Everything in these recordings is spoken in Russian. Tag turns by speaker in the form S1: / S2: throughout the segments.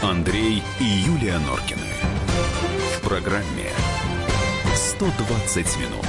S1: Андрей и Юлия Норкины. В программе 120 минут.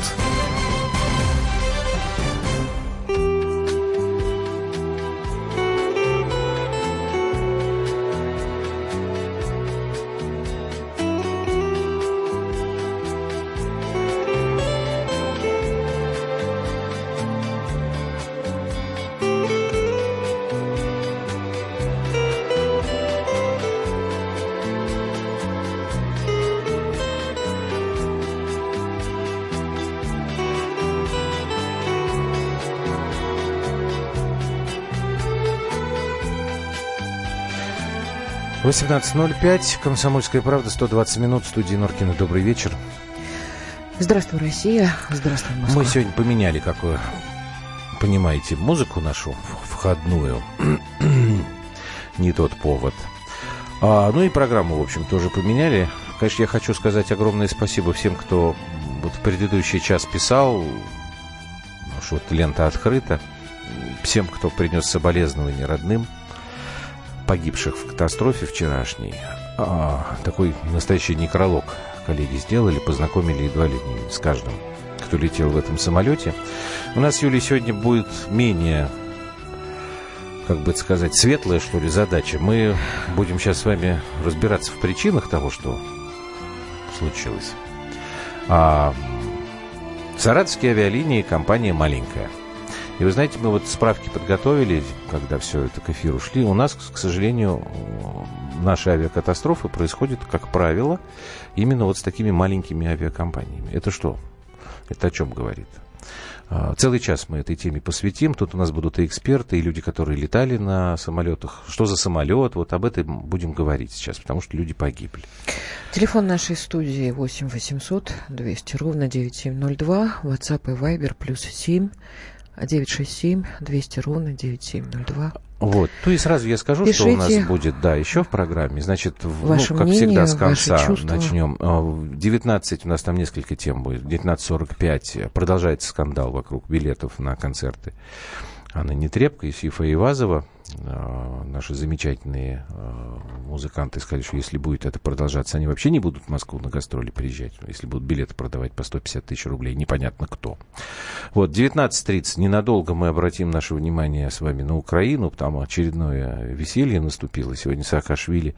S2: В 18:05, «Комсомольская правда», 120 минут, в студии Норкина. Добрый вечер.
S3: Здравствуй, Россия. Здравствуй, Москва.
S2: Мы сегодня поменяли, как вы понимаете, музыку нашу входную. Не тот повод. Ну и программу, в общем, тоже поменяли. Конечно, я хочу сказать огромное спасибо всем, кто вот в предыдущий час писал, что вот лента открыта. Всем, кто принес соболезнования родным погибших в катастрофе вчерашней. Такой настоящий некролог коллеги сделали, познакомили едва ли не с каждым, кто летел в этом самолете. У нас, Юлия, сегодня будет менее, как бы это сказать, светлая, что ли, задача. Мы будем сейчас с вами разбираться в причинах того, что случилось. Саратовские авиалинии — компания маленькая. И вы знаете, мы вот справки подготовили, когда все это к эфиру шли. У нас, к сожалению, наши авиакатастрофы происходят, как правило, именно вот с такими маленькими авиакомпаниями. Это что? Это о чем говорит? Целый час мы этой теме посвятим. Тут у нас будут и эксперты, и люди, которые летали на самолетах. Что за самолет? Вот об этом будем говорить сейчас, потому что люди погибли.
S3: Телефон нашей студии 8 800 200 ровно 9702. WhatsApp и Viber +7 967 200 ровно 9702.
S2: Вот. Ну и сразу я скажу,
S3: Пишите,
S2: что у нас будет, да, еще в программе. Значит,
S3: ваше
S2: как
S3: мнение,
S2: всегда, с конца
S3: ваши чувства.
S2: начнем. В 19 у нас там несколько тем будет. В 19:45 продолжается скандал вокруг билетов на концерты Анны Нетребко и Сифа Ивазова. Наши замечательные музыканты сказали, что если будет это продолжаться, они вообще не будут в Москву на гастроли приезжать. Если будут билеты продавать по 150 тысяч рублей, непонятно кто. Вот, 19:30 ненадолго мы обратим наше внимание с вами на Украину. Там очередное веселье наступило. Сегодня Саакашвили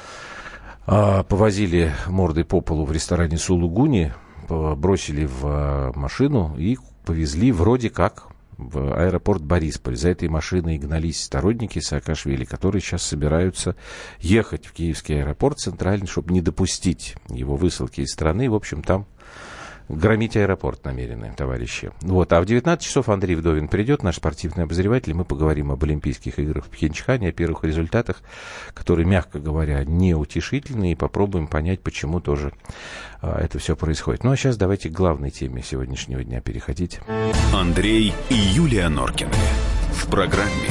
S2: повозили мордой по полу в ресторане Сулугуни, бросили в машину и повезли вроде как в аэропорт Борисполь. За этой машиной гнались сторонники Саакашвили, которые сейчас собираются ехать в Киевский аэропорт центральный, чтобы не допустить его высылки из страны. В общем, там громить аэропорт намерены, товарищи. Вот. А в 19 часов Андрей Вдовин придет, наш спортивный обозреватель, и мы поговорим об Олимпийских играх в Пхенчхане, о первых результатах, которые, мягко говоря, неутешительны, и попробуем понять, почему тоже это все происходит. Ну а сейчас давайте к главной теме сегодняшнего дня переходить.
S1: Андрей и Юлия Норкины. В программе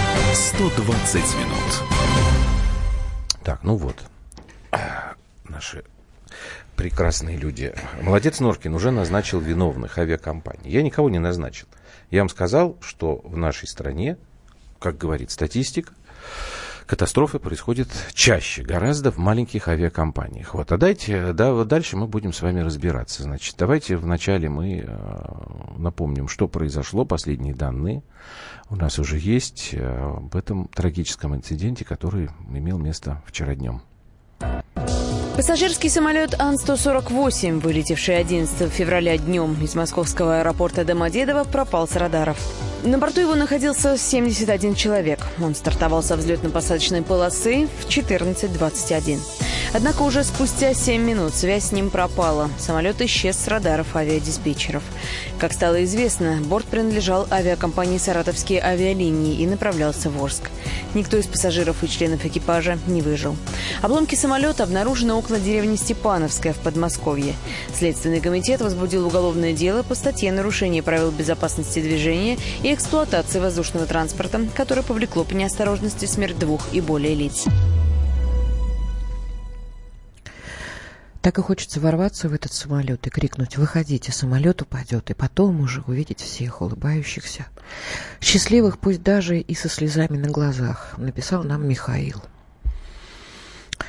S1: 120 минут.
S2: Так, ну вот. Наши прекрасные люди. Молодец, Норкин уже назначил виновных авиакомпаний. Я никого не назначил. Я вам сказал, что в нашей стране, как говорит статистика, катастрофы происходят чаще, гораздо в маленьких авиакомпаниях. Вот. А дальше мы будем с вами разбираться. Значит, давайте вначале мы напомним, что произошло, последние данные у нас уже есть об этом трагическом инциденте, который имел место вчера днем.
S4: Пассажирский самолет Ан-148, вылетевший 11 февраля днем из московского аэропорта Домодедово, пропал с радаров. На борту его находился 71 человек. Он стартовал со взлетно-посадочной полосы в 14:21. Однако уже спустя 7 минут связь с ним пропала. Самолет исчез с радаров авиадиспетчеров. Как стало известно, борт принадлежал авиакомпании «Саратовские авиалинии» и направлялся в Орск. Никто из пассажиров и членов экипажа не выжил. Обломки самолета обнаружены около деревни Степановская в Подмосковье. Следственный комитет возбудил уголовное дело по статье «Нарушение правил безопасности движения и эксплуатации воздушного транспорта», которое повлекло по неосторожности смерть 2 и более лиц.
S3: Так и хочется ворваться в этот самолет и крикнуть: «Выходите, самолет упадет», и потом уже увидеть всех улыбающихся, счастливых, пусть даже и со слезами на глазах, написал нам Михаил.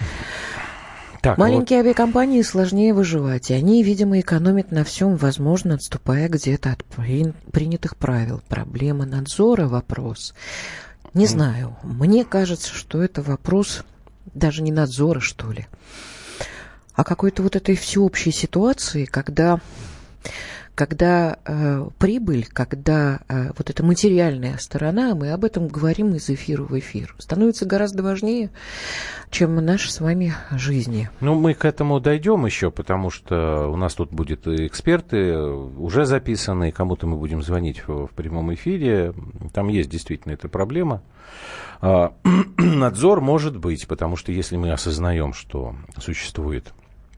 S2: Так,
S3: маленькие авиакомпании сложнее выживать, и они, видимо, экономят на всем, возможно, отступая где-то от принятых правил. Проблема надзора — вопрос. Не знаю, мне кажется, что это вопрос даже не надзора, что ли, а какой-то вот этой всеобщей ситуации, когда прибыль, когда вот эта материальная сторона, мы об этом говорим из эфира в эфир, становится гораздо важнее, чем наши с вами жизни.
S2: Ну, мы к этому дойдем еще, потому что у нас тут будут эксперты уже записанные, кому-то мы будем звонить в прямом эфире. Там есть действительно эта проблема. Надзор может быть, потому что если мы осознаем, что существует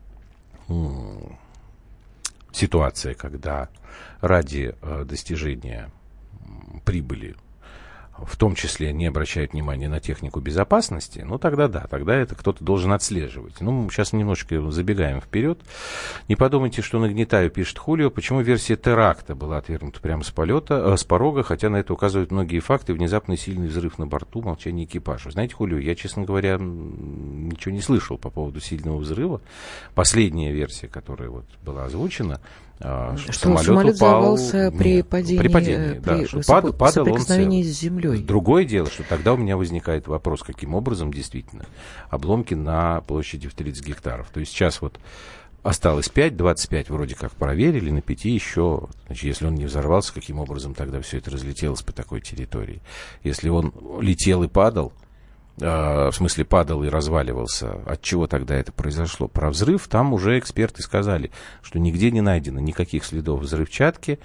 S2: ситуация, когда ради достижения прибыли, в том числе не обращают внимания на технику безопасности, ну тогда да, тогда это кто-то должен отслеживать. Ну, мы сейчас немножечко забегаем вперед. Не подумайте, что нагнетаю, пишет Хулио. Почему версия теракта была отвергнута прямо с порога, хотя на это указывают многие факты, внезапный сильный взрыв на борту, молчание экипажа. Знаете, Хулио, я, честно говоря, ничего не слышал по поводу сильного взрыва. Последняя версия, которая вот была озвучена,
S3: что самолет взорвался при падении,
S2: да,
S3: при
S2: соприкосновении
S3: с землей.
S2: Другое дело, что тогда у меня возникает вопрос, каким образом действительно обломки на площади в 30 гектаров. То есть сейчас вот осталось 5, 25 вроде как проверили, на 5 еще. Значит, если он не взорвался, каким образом тогда все это разлетелось по такой территории? Если он летел и падал, в смысле падал и разваливался, от чего тогда это произошло? Про взрыв там уже эксперты сказали, что нигде не найдено никаких следов взрывчатки.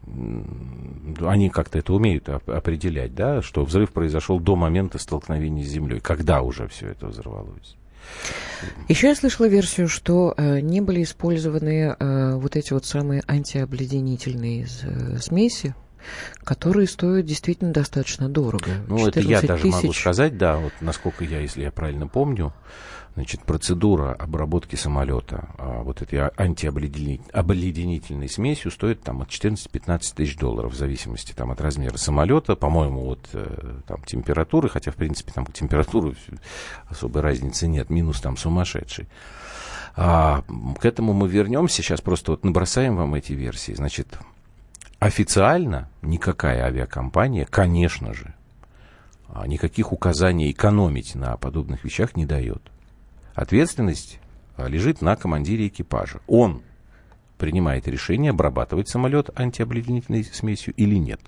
S2: Они как-то это умеют определять, да, что взрыв произошел до момента столкновения с землей, когда уже все это взорвалось.
S3: Еще я слышала версию, что не были использованы вот эти вот самые антиобледенительные смеси, которые стоят действительно достаточно дорого.
S2: Ну, это я даже могу сказать, да, вот насколько я, если я правильно помню, значит, процедура обработки самолета вот этой антиобледенительной смесью стоит там от 14-15 тысяч долларов, в зависимости там от размера самолета, по-моему, вот там температуры, хотя, в принципе, там температуры особой разницы нет, минус там сумасшедший. К этому мы вернемся, сейчас просто вот набросаем вам эти версии, значит. Официально никакая авиакомпания, конечно же, никаких указаний экономить на подобных вещах не дает. Ответственность лежит на командире экипажа. Он принимает решение, обрабатывать самолет антиобледенительной смесью или нет.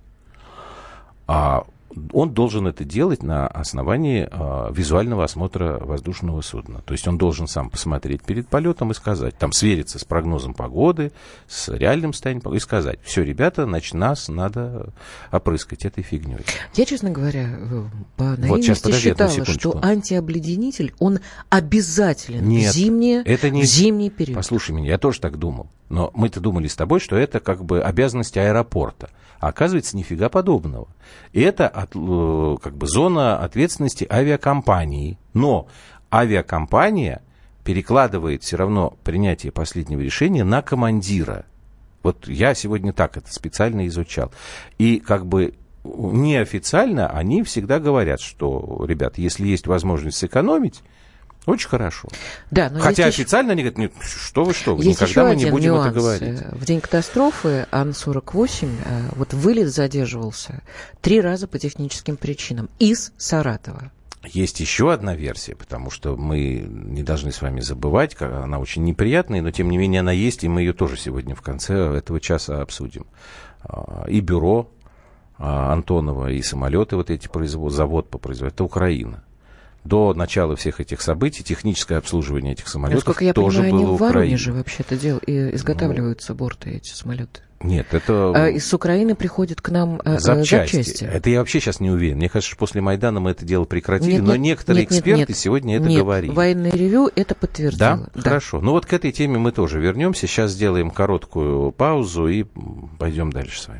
S2: Он должен это делать на основании визуального осмотра воздушного судна. То есть он должен сам посмотреть перед полетом и сказать, там свериться с прогнозом погоды, с реальным состоянием погоды и сказать, все, ребята, значит, нас надо опрыскать этой фигней.
S3: Я, честно говоря, по наивности считала, что антиобледенитель, он обязателен в зимний период.
S2: Послушай меня, я тоже так думал. Но мы-то думали с тобой, что это как бы обязанность аэропорта. А оказывается, нифига подобного. И это как бы зона ответственности авиакомпании. Но авиакомпания перекладывает все равно принятие последнего решения на командира. Вот я сегодня так это специально изучал. И как бы неофициально они всегда говорят, что, ребят, если есть возможность сэкономить, очень хорошо.
S3: Да, но
S2: хотя официально они говорят, нет, что вы, никогда мы не будем
S3: нюанс.
S2: Это говорить.
S3: В день катастрофы Ан-48, вот вылет задерживался 3 раза по техническим причинам из Саратова.
S2: Есть еще одна версия, потому что мы не должны с вами забывать, она очень неприятная, но тем не менее она есть, и мы ее тоже сегодня в конце этого часа обсудим. И бюро Антонова, и самолеты вот эти завод по производству, это Украина. До начала всех этих событий техническое обслуживание этих самолетов тоже было Украина.
S3: Насколько я понимаю, они в Воронеже вообще-то изготавливаются борты, эти самолеты.
S2: Нет, это...
S3: Из Украины приходят к нам запчасти.
S2: Это я вообще сейчас не уверен. Мне кажется, что после Майдана мы это дело прекратили, но некоторые эксперты сегодня это говорили.
S3: Военное ревью это подтвердило.
S2: Да? Хорошо. Ну вот к этой теме мы тоже вернемся. Сейчас сделаем короткую паузу и пойдем дальше с вами.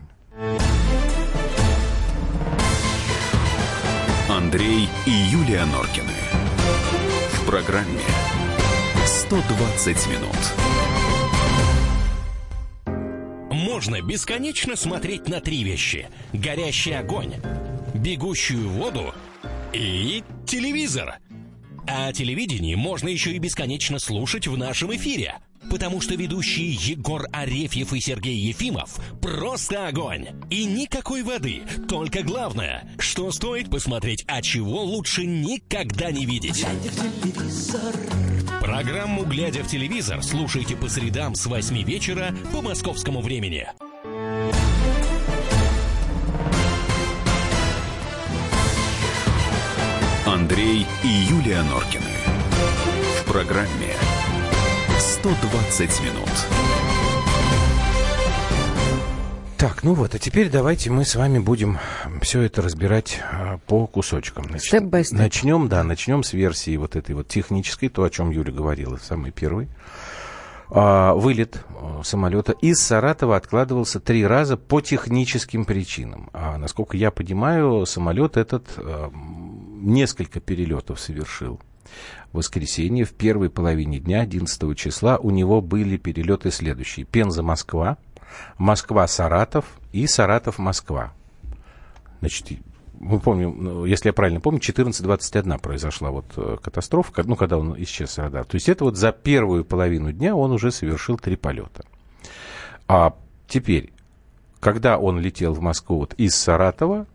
S1: Андрей и Юлия Норкины. В программе 120 минут.
S5: Можно бесконечно смотреть на 3 вещи. Горящий огонь, бегущую воду и телевизор. А телевидение можно еще и бесконечно слушать в нашем эфире. Потому что ведущие Егор Арефьев и Сергей Ефимов просто огонь. И никакой воды, только главное, что стоит посмотреть, а чего лучше никогда не видеть. Программу «Глядя в телевизор» слушайте по средам с 8 вечера по московскому времени.
S1: Андрей и Юлия Норкины. В программе 120 минут.
S2: Так, ну вот, а теперь давайте мы с вами будем все это разбирать по кусочкам.
S3: Степ-бай-степ.
S2: Начнем с версии вот этой вот технической, то, о чем Юля говорила, самый первый. Вылет самолета из Саратова откладывался 3 раза по техническим причинам. Насколько я понимаю, самолет этот несколько перелетов совершил. В воскресенье, в первой половине дня, 11 числа, у него были перелеты следующие. Пенза-Москва, Москва-Саратов и Саратов-Москва. Значит, мы помним, если я правильно помню, 14:21 произошла вот катастрофа, когда он исчез с радара. То есть это вот за первую половину дня он уже совершил 3 полета. А теперь, когда он летел в Москву вот из Саратова,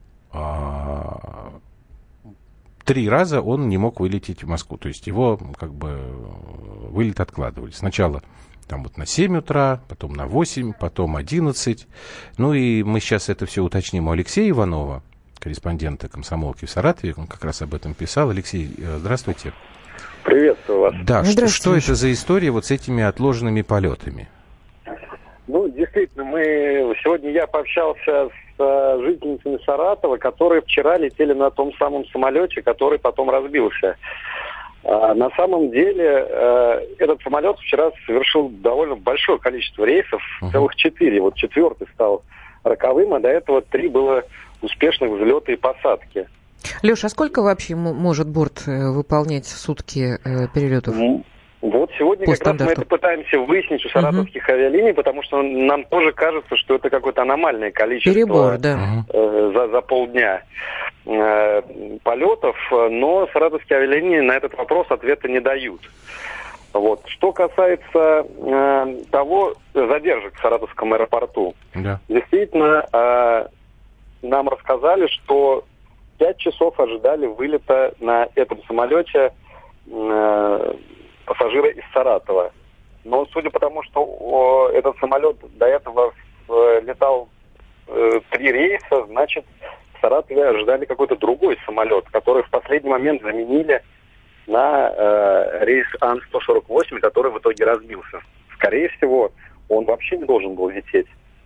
S2: 3 раза он не мог вылететь в Москву. То есть его как бы вылет откладывали. Сначала там вот на 7 утра, потом на 8, потом 11. Ну и мы сейчас это все уточним у Алексея Иванова, корреспондента «Комсомолки» в Саратове. Он как раз об этом писал. Алексей, здравствуйте.
S6: Приветствую вас.
S2: Да, что это за история вот с этими отложенными полетами?
S6: Ну, действительно, сегодня я пообщался с жительницами Саратова, которые вчера летели на том самом самолете, который потом разбился. На самом деле, этот самолет вчера совершил довольно большое количество рейсов, целых 4. Вот 4-й стал роковым, а до этого 3 было успешных взлета и посадки.
S3: Леша, а сколько вообще может борт выполнять в сутки перелетов?
S6: Вот сегодня как раз мы это пытаемся выяснить у саратовских авиалиний, потому что нам тоже кажется, что это какое-то аномальное количество.
S3: Перебор, да.
S6: За полдня полетов, но саратовские авиалинии на этот вопрос ответа не дают. Вот. Что касается того задержек в Саратовском аэропорту, действительно, нам рассказали, что 5 часов ожидали вылета на этом самолете пассажиры из Саратова. Но судя по тому, что этот самолет до этого летал 3 рейса, значит, в Саратове ожидали какой-то другой самолет, который в последний момент заменили на рейс Ан-148, который в итоге разбился. Скорее всего, он вообще не должен был лететь.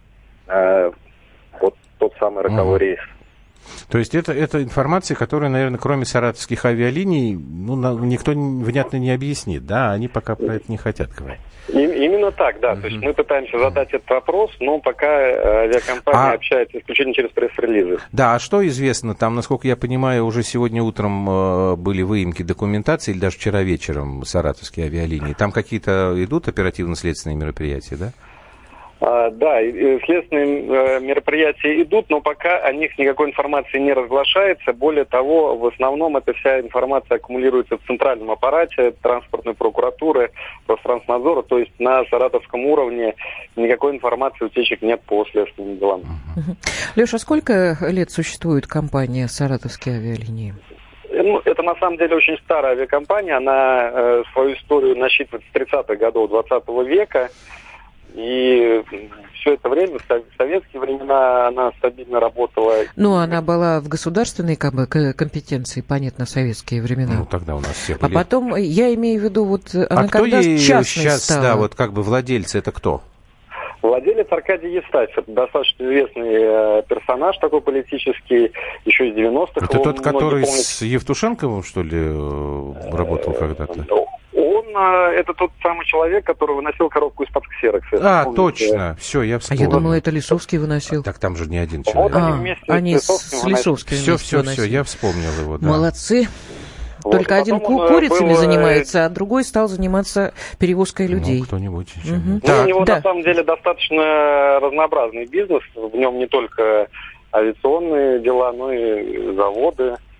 S6: Вот тот самый роковой рейс.
S2: То есть это информация, которую, наверное, кроме саратовских авиалиний, никто внятно не объяснит, да? Они пока про это не хотят говорить.
S6: Именно так, да. То есть мы пытаемся задать этот вопрос, но пока авиакомпания общается исключительно через пресс-релизы.
S2: Да, а что известно? Там, насколько я понимаю, уже сегодня утром были выемки документации, или даже вчера вечером саратовские авиалинии. Там какие-то идут оперативно-следственные мероприятия, да?
S6: Да, следственные мероприятия идут, но пока о них никакой информации не разглашается. Более того, в основном эта вся информация аккумулируется в центральном аппарате транспортной прокуратуры, Ространснадзора, то есть на саратовском уровне никакой информации, утечек нет по следственным делам.
S3: Леша, сколько лет существует компания «Саратовские авиалинии»?
S6: Это на самом деле очень старая авиакомпания, она свою историю насчитывает с 30-х годов 20 века. И все это время, в советские времена, она стабильно работала.
S3: Ну, она была в государственной компетенции, понятно, в советские времена.
S2: Ну, тогда у нас все были.
S3: А потом, я имею в виду, вот она когда частной
S2: сейчас
S3: стала.
S2: Да, вот как бы владельцы, это кто?
S6: Владелец Аркадий Евстафьев. Это достаточно известный персонаж такой политический, еще из 90-х.
S2: Это тот, который с Евтушенковым, что ли, работал когда-то?
S6: Это тот самый человек, который выносил коробку из-под ксерокса.
S2: Точно. Все, я вспомнил.
S3: А я думала, это Лисовский выносил.
S2: Так там же не один человек.
S6: Вот
S3: они с Лисовским
S2: Все, я вспомнил его, да.
S3: Молодцы. Только один курицами занимается, а другой стал заниматься перевозкой людей.
S2: Кто-нибудь.
S6: У него на самом деле достаточно разнообразный бизнес. В нем не только авиационные дела, но и заводы.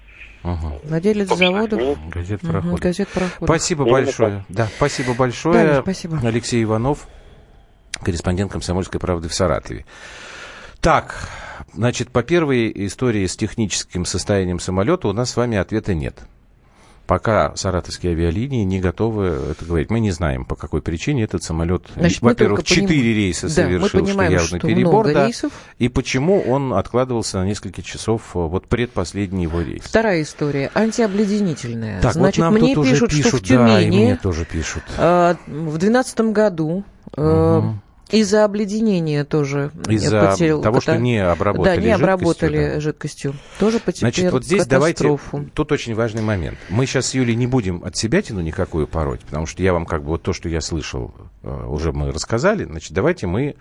S3: Владелец заводов.
S2: Газет «Пароход». Спасибо
S6: Именно
S2: большое.
S6: так.
S2: Да, спасибо большое.
S3: Да, спасибо.
S2: Алексей Иванов, корреспондент «Комсомольской правды» в Саратове. Так, значит, по первой истории с техническим состоянием самолета у нас с вами ответа нет. Пока саратовские авиалинии не готовы это говорить. Мы не знаем, по какой причине этот самолет...
S3: Значит,
S2: во-первых, 4 рейса совершил,
S3: мы понимаем,
S2: что явно перебор. Да,
S3: рейсов.
S2: и почему он откладывался на несколько часов, вот предпоследний его рейс.
S3: Вторая история, антиобледенительная.
S2: Так,
S3: Значит,
S2: вот нам
S3: мне
S2: тут
S3: пишут,
S2: уже пишут,
S3: что в Тюмени
S2: да, и мне тоже пишут.
S3: В 2012 году... Из-за обледенения тоже
S2: из-за
S3: потерял...
S2: того, что не обработали
S3: не обработали
S2: жидкостью,
S3: жидкостью. Тоже потерпел
S2: Значит, вот здесь
S3: катастрофу.
S2: давайте... Тут очень важный момент. Мы сейчас с Юлей не будем от себятину никакую пороть, потому что я вам как бы вот то, что я слышал, уже мы рассказали. Значит, давайте мы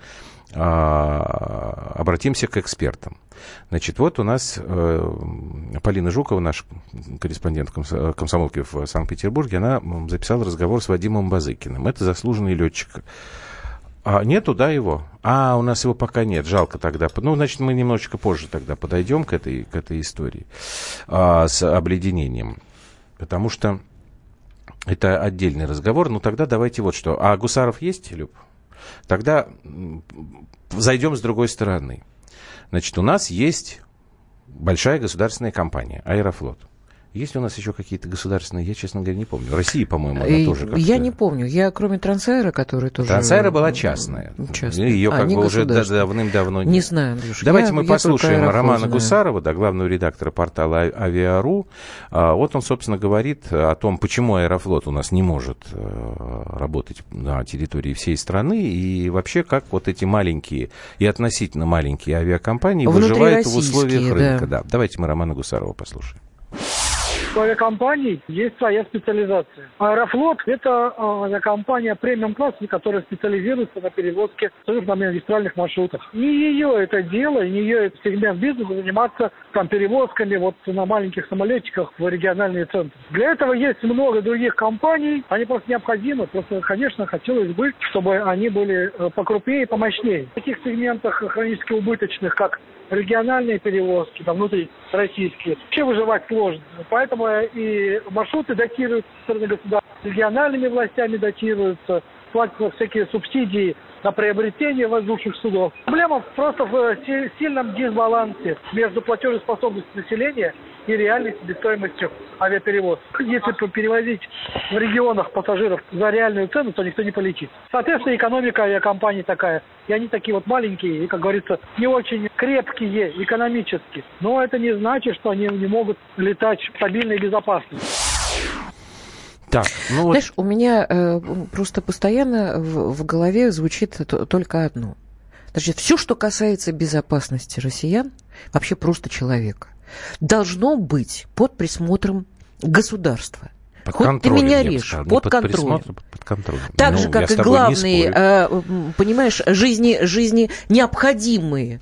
S2: обратимся к экспертам. Значит, вот у нас Полина Жукова, наш корреспондент комсомолки в Санкт-Петербурге, она записала разговор с Вадимом Базыкиным. Это заслуженный летчик. Нету, да, его? У нас его пока нет, жалко тогда. Ну, значит, мы немножечко позже тогда подойдем к этой истории с обледенением. Потому что это отдельный разговор. Ну, тогда давайте вот что. А Гусаров есть, Люб? Тогда зайдем с другой стороны. Значит, у нас есть большая государственная компания «Аэрофлот». Есть ли у нас еще какие-то государственные? Я, честно говоря, не помню. В России, по-моему, она тоже как-то...
S3: Я не помню. Я, кроме Трансаэро, который тоже...
S2: Трансаэро была частная. Ее как бы уже давным-давно нет.
S3: Не знаю, Андрюш.
S2: Давайте мы послушаем Романа Гусарова, главного редактора портала «Авиа.ру». Вот он, собственно, говорит о том, почему Аэрофлот у нас не может работать на территории всей страны, и вообще, как вот эти маленькие и относительно маленькие авиакомпании выживают в условиях рынка. Да. Давайте мы Романа Гусарова послушаем.
S7: У авиакомпаний есть своя специализация. Аэрофлот – это авиакомпания премиум-класса, которая специализируется на перевозке на магистральных маршрутах. Не ее это дело, не ее это сегмент бизнеса заниматься перевозками на маленьких самолетиках в региональные центры. Для этого есть много других компаний, они просто необходимы. Просто, конечно, хотелось бы, чтобы они были покрупнее и помощнее. В таких сегментах хронически убыточных, как региональные перевозки, внутрироссийские, вообще выживать сложно. Поэтому и маршруты датируются со стороны государства, региональными властями датируются, платятся всякие субсидии на приобретение воздушных судов. Проблема просто в сильном дисбалансе между платежеспособностью населения и реальной себестоимостью авиаперевозок. Если перевозить в регионах пассажиров за реальную цену, то никто не полетит. Соответственно, экономика авиакомпаний такая. И они такие вот маленькие, и, как говорится, не очень крепкие экономически. Но это не значит, что они не могут летать стабильно и безопасно.
S2: Так,
S3: знаешь, у меня просто постоянно в голове звучит только одно. Значит, все, что касается безопасности россиян, вообще просто человека, должно быть под присмотром государства. Хоть ты меня режь, под контролем. Так же, как и главные, понимаешь, жизни необходимые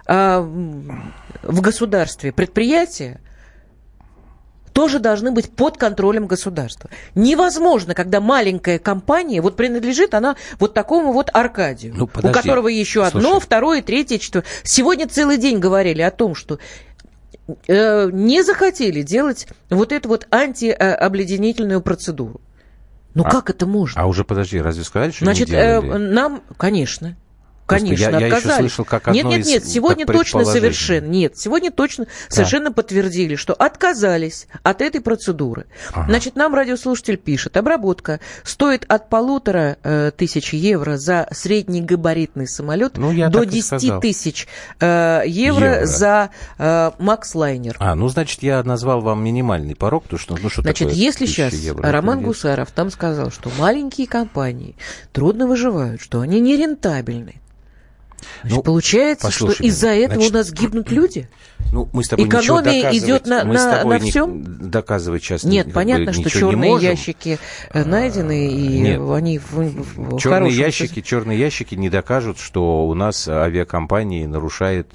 S3: в государстве предприятия, тоже должны быть под контролем государства. Невозможно, когда маленькая компания, принадлежит она такому Аркадию, у которого еще одно, второе, третье, четвертое. Сегодня целый день говорили о том, что не захотели делать эту антиобледенительную процедуру. Как это можно?
S2: А уже, подожди, разве сказали, что
S3: Значит,
S2: не делали?
S3: нам, конечно, отказали.
S2: Я еще слышал, как одно
S3: нет, сегодня точно совершенно подтвердили, что отказались от этой процедуры. Ага. Значит, нам радиослушатель пишет: обработка стоит от 1500 евро за среднегабаритный самолет до 10 тысяч евро за Макс-лайнер.
S2: Значит, я назвал вам минимальный порог, потому что,
S3: значит,
S2: такое
S3: если сейчас Роман Гусаров там сказал, что маленькие компании трудно выживают, что они нерентабельны, значит, получается, что из-за этого у нас гибнут люди?
S2: Мы с тобой
S3: экономия идет на всем?
S2: Доказывать сейчас
S3: нет, понятно, что черные ящики найдены, и они в
S2: черные ящики не докажут, что у нас авиакомпании нарушают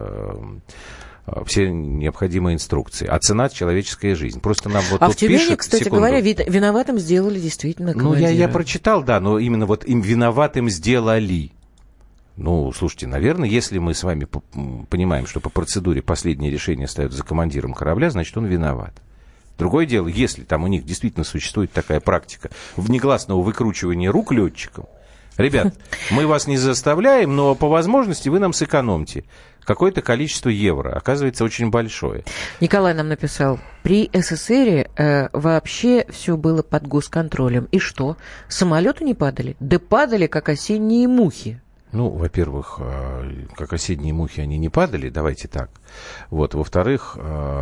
S2: все необходимые инструкции. А цена — человеческая жизнь. Просто нам
S3: в Тюмени, кстати говоря, виноватым сделали действительно командира.
S2: Я прочитал, да, но именно им виноватым сделали. Слушайте, наверное, если мы с вами понимаем, что по процедуре последнее решение ставят за командиром корабля, значит, он виноват. Другое дело, если там у них действительно существует такая практика внегласного выкручивания рук летчикам, ребят, мы вас не заставляем, но по возможности вы нам сэкономьте какое-то количество евро. Оказывается, очень большое.
S3: Николай нам написал, при СССР вообще все было под госконтролем. И что, самолеты не падали? Да падали, как осенние мухи.
S2: Ну, во-первых, как осенние мухи они не падали, давайте так. Вот, во-вторых,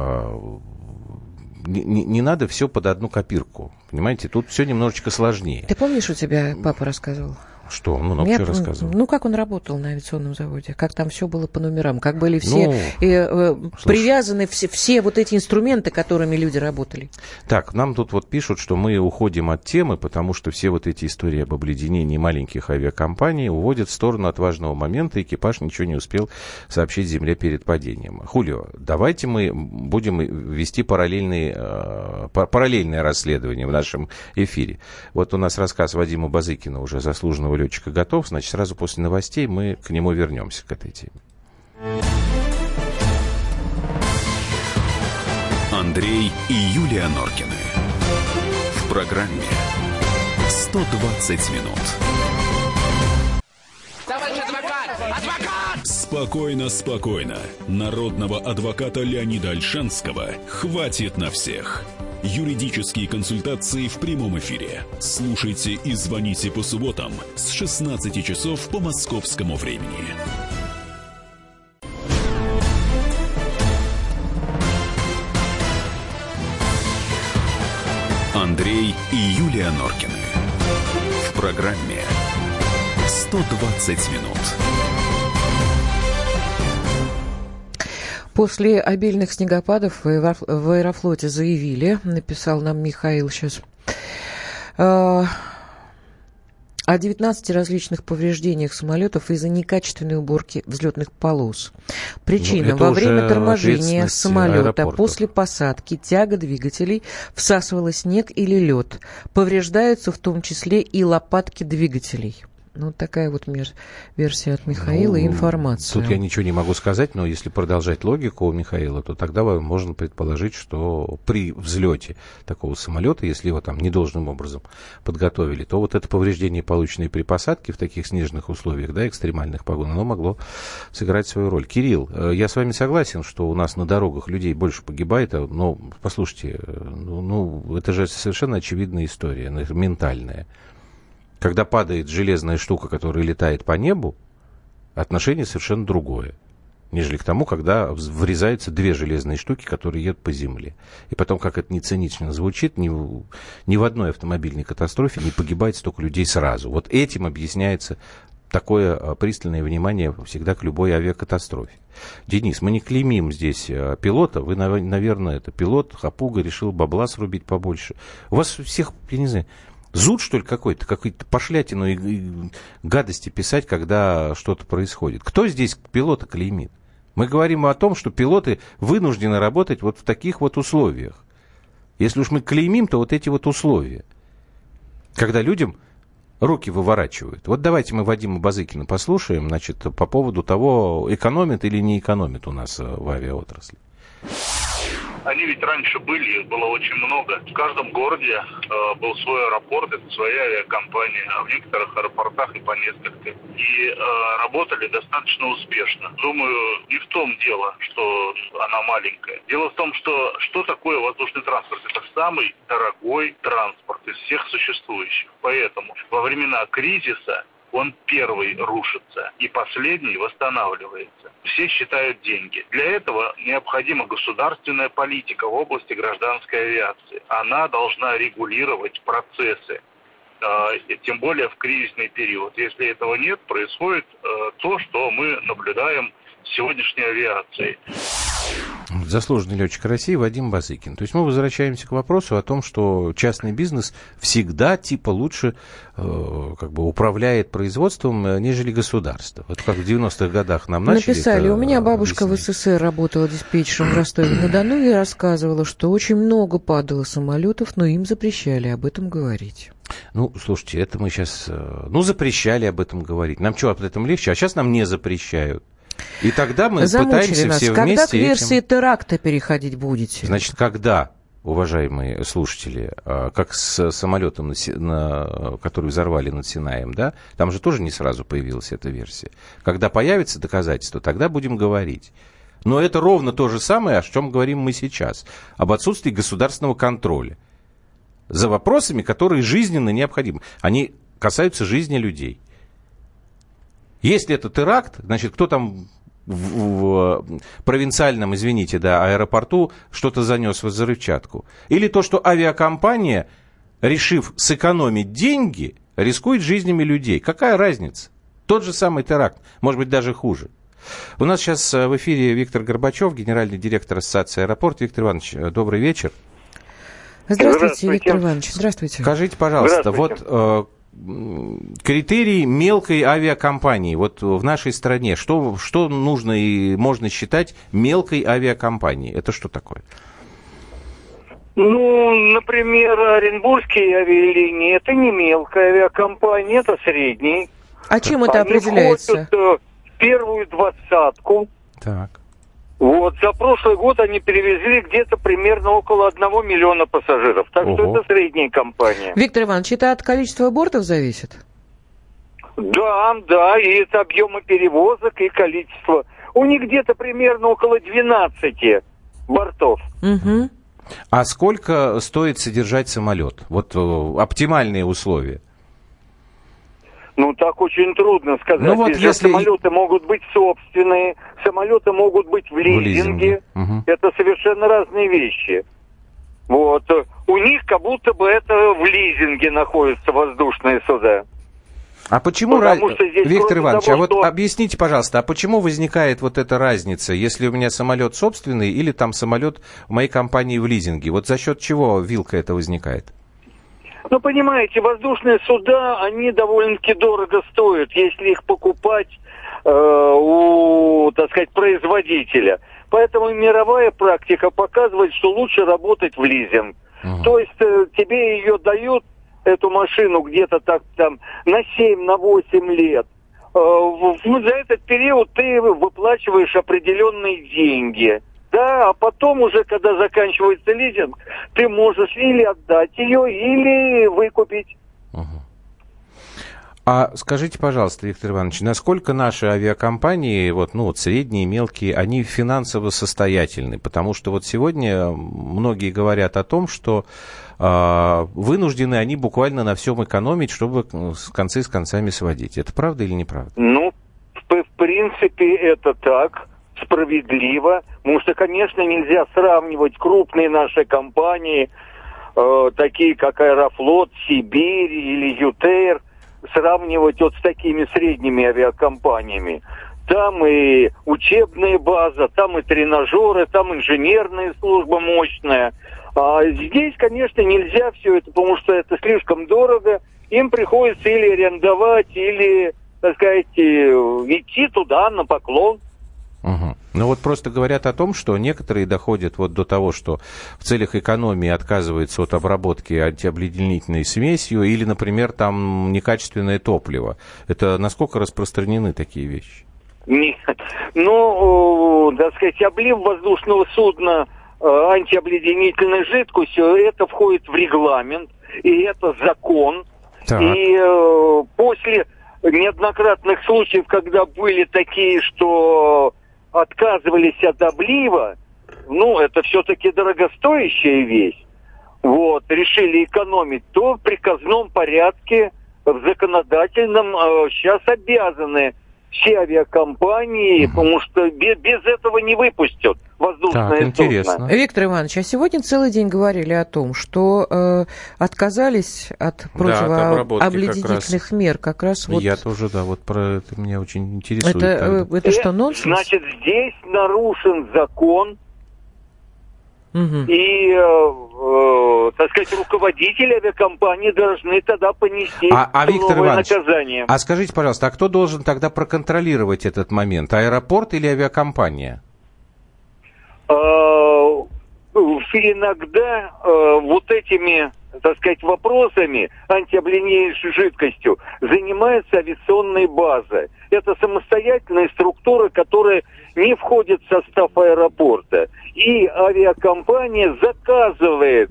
S2: не надо все под одну копирку. Понимаете, тут все немножечко сложнее.
S3: Ты помнишь, у тебя папа рассказывал?
S2: Что? Ну, много чего рассказывал.
S3: Ну, как он работал на авиационном заводе, как там все было по номерам, как были все привязаны, все вот эти инструменты, которыми люди работали.
S2: Так, нам тут вот пишут, что мы уходим от темы, потому что все вот эти истории об обледенении маленьких авиакомпаний уводят в сторону от важного момента, экипаж ничего не успел сообщить Земле перед падением. Хулио, давайте мы будем вести параллельное расследование в нашем эфире. Вот у нас рассказ Вадима Базыкина, уже заслуженного летчика, готов, значит, сразу после новостей мы к нему вернемся, к этой теме.
S1: Андрей и Юлия Норкины. В программе «120 минут».
S8: Товарищ адвокат! Адвокат!
S9: Спокойно, спокойно. Народного адвоката Леонида Ольшанского хватит на всех. Юридические консультации в прямом эфире. Слушайте и звоните по субботам с 16 часов по московскому времени.
S1: Андрей и Юлия Норкины. В программе «120 минут».
S3: После обильных снегопадов в Аэрофлоте заявили, написал нам Михаил сейчас, о 19 различных повреждениях самолетов из-за некачественной уборки взлетных полос. Причина: во время торможения самолета
S2: аэропортов. После
S3: посадки тяга двигателей всасывала снег или лед. Повреждаются в том числе и лопатки двигателей. Ну, такая вот версия от Михаила и информация.
S2: Тут я ничего не могу сказать, но если продолжать логику у Михаила, то тогда можно предположить, что при взлете такого самолета, если его там недолжным образом подготовили, то вот это повреждение, полученное при посадке в таких снежных условиях, да, экстремальных погон, оно могло сыграть свою роль. Кирилл, я с вами согласен, что у нас на дорогах людей больше погибает, но, послушайте, это же совершенно очевидная история, ментальная. Когда падает железная штука, которая летает по небу, отношение совершенно другое, нежели к тому, когда врезаются две железные штуки, которые едут по земле. И потом, как это не цинично звучит, ни в одной автомобильной катастрофе не погибает столько людей сразу. Вот этим объясняется такое пристальное внимание всегда к любой авиакатастрофе. Денис, мы не клеймим здесь пилота. Вы, наверное, это пилот, хапуга, решил бабла срубить побольше. У вас у всех, я не знаю... Зуд, что ли, какой-то пошлятину и гадости писать, когда что-то происходит? Кто здесь пилота клеймит? Мы говорим о том, что пилоты вынуждены работать вот в таких вот условиях. Если уж мы клеймим, то вот эти вот условия. Когда людям руки выворачивают. Вот давайте мы Вадима Базыкина послушаем, значит, по поводу того, экономит или не экономит у нас в авиаотрасли.
S10: Они ведь раньше были, их было очень много. В каждом городе был свой аэропорт, это своя авиакомпания, а в некоторых аэропортах и по несколько. И работали достаточно успешно. Думаю, не в том дело, что она маленькая. Дело в том, что такое воздушный транспорт? Это самый дорогой транспорт из всех существующих. Поэтому во времена кризиса он первый рушится, и последний восстанавливается. Все считают деньги. Для этого необходима государственная политика в области гражданской авиации. Она должна регулировать процессы, тем более в кризисный период. Если этого нет, происходит то, что мы наблюдаем в сегодняшней авиации.
S2: Заслуженный летчик России Вадим Базыкин. То есть мы возвращаемся к вопросу о том, что частный бизнес всегда лучше управляет производством, нежели государство. Вот как в 90-х годах нам
S3: написали. У меня бабушка в СССР работала диспетчером в Ростове-на-Дону и рассказывала, что очень много падало самолетов, но им запрещали об этом говорить.
S2: Ну, слушайте, это мы сейчас... запрещали об этом говорить. Нам что, об этом легче? А сейчас нам не запрещают. И тогда мы
S3: замучили
S2: пытаемся
S3: нас.
S2: все
S3: когда
S2: вместе...
S3: Когда к версии теракта переходить будете?
S2: Значит, когда уважаемые слушатели, как с самолетом, который взорвали над Синаем, да? Там же тоже не сразу появилась эта версия. Когда появится доказательство, тогда будем говорить. Но это ровно то же самое, о чем говорим мы сейчас. Об отсутствии государственного контроля за вопросами, которые жизненно необходимы. Они касаются жизни людей. Если это теракт, значит, кто там в провинциальном, извините, да, аэропорту что-то занес в взрывчатку. Или то, что авиакомпания, решив сэкономить деньги, рискует жизнями людей. Какая разница? Тот же самый теракт, может быть, даже хуже. У нас сейчас в эфире Виктор Горбачев, генеральный директор Ассоциации «Аэропорт». Виктор Иванович, добрый вечер.
S3: Здравствуйте, Виктор Иванович. Здравствуйте.
S2: Скажите, пожалуйста, вот критерии мелкой авиакомпании вот в нашей стране, что нужно и можно считать мелкой авиакомпанией? Это что такое?
S11: Ну, например, Оренбургские авиалинии, это не мелкая авиакомпания, это средний.
S3: А чем это определяется?
S11: Они входят в первую двадцатку.
S2: Так.
S11: Вот, за прошлый год они перевезли где-то примерно около 1 миллиона пассажиров. Так что это средняя компания.
S3: Виктор Иванович, это от количества бортов зависит?
S11: Да, и это объемы перевозок, и количество. У них где-то примерно около 12 бортов.
S3: Угу.
S2: А сколько стоит содержать самолет? Вот оптимальные условия.
S11: Ну, так очень трудно сказать.
S2: Ну, вот если...
S11: Самолеты могут быть собственные, самолеты могут быть в лизинге.
S2: Угу.
S11: Это совершенно разные вещи. Вот. У них как будто бы это в лизинге находятся воздушные суда.
S2: А почему, Виктор Иванович,
S11: того,
S2: а вот объясните, пожалуйста, а почему возникает вот эта разница, если у меня самолет собственный или там самолет в моей компании в лизинге? Вот за счет чего вилка это возникает?
S11: Ну, понимаете, воздушные суда, они довольно-таки дорого стоят, если их покупать у, так сказать, производителя. Поэтому мировая практика показывает, что лучше работать в лизинг. То есть тебе ее дают, эту машину, где-то так там на 7, на 8 лет. За этот период ты выплачиваешь определенные деньги. Да, а потом уже, когда заканчивается лизинг, ты можешь или отдать ее, или выкупить.
S2: А скажите, пожалуйста, Виктор Иванович, насколько наши авиакомпании, вот средние, мелкие, они финансово состоятельны? Потому что вот сегодня многие говорят о том, что вынуждены они буквально на всем экономить, чтобы концы с концами сводить. Это правда или неправда?
S11: Ну, в принципе, это так. Справедливо, потому что, конечно, нельзя сравнивать крупные наши компании, такие как Аэрофлот, Сибирь или ЮТР, сравнивать вот с такими средними авиакомпаниями. Там и учебная база, там и тренажеры, там инженерная служба мощная. А здесь, конечно, нельзя все это, потому что это слишком дорого. Им приходится или арендовать, или, так сказать, идти туда на поклон.
S2: Угу. Ну вот просто говорят о том, что некоторые доходят вот до того, что в целях экономии отказываются от обработки антиобледенительной смесью или, например, там некачественное топливо. Это насколько распространены такие вещи?
S11: Нет. Ну, так сказать, облив воздушного судна антиобледенительной жидкостью, это входит в регламент, и это закон.
S2: Так.
S11: И после неоднократных случаев, когда были такие, что отказывались от облива, это все-таки дорогостоящая вещь, решили экономить, то в приказном порядке, в законодательном сейчас обязаны все авиакомпании, потому что без этого не выпустят воздушное судно.
S3: Виктор Иванович, а сегодня целый день говорили о том, что отказались от противообледенительных мер. Как раз
S2: Я тоже, про это меня очень интересует.
S3: Это что, нонсенс?
S11: Значит, здесь нарушен закон, и, так сказать, руководители авиакомпании должны тогда понести
S2: Виктор Иванович,
S11: наказание.
S2: А скажите, пожалуйста, а кто должен тогда проконтролировать этот момент? Аэропорт или авиакомпания?
S11: Иногда вот этими, так сказать, вопросами антиобледенительной жидкостью занимаются авиационные базы. Это самостоятельные структуры, которые не входят в состав аэропорта. И и авиакомпания заказывает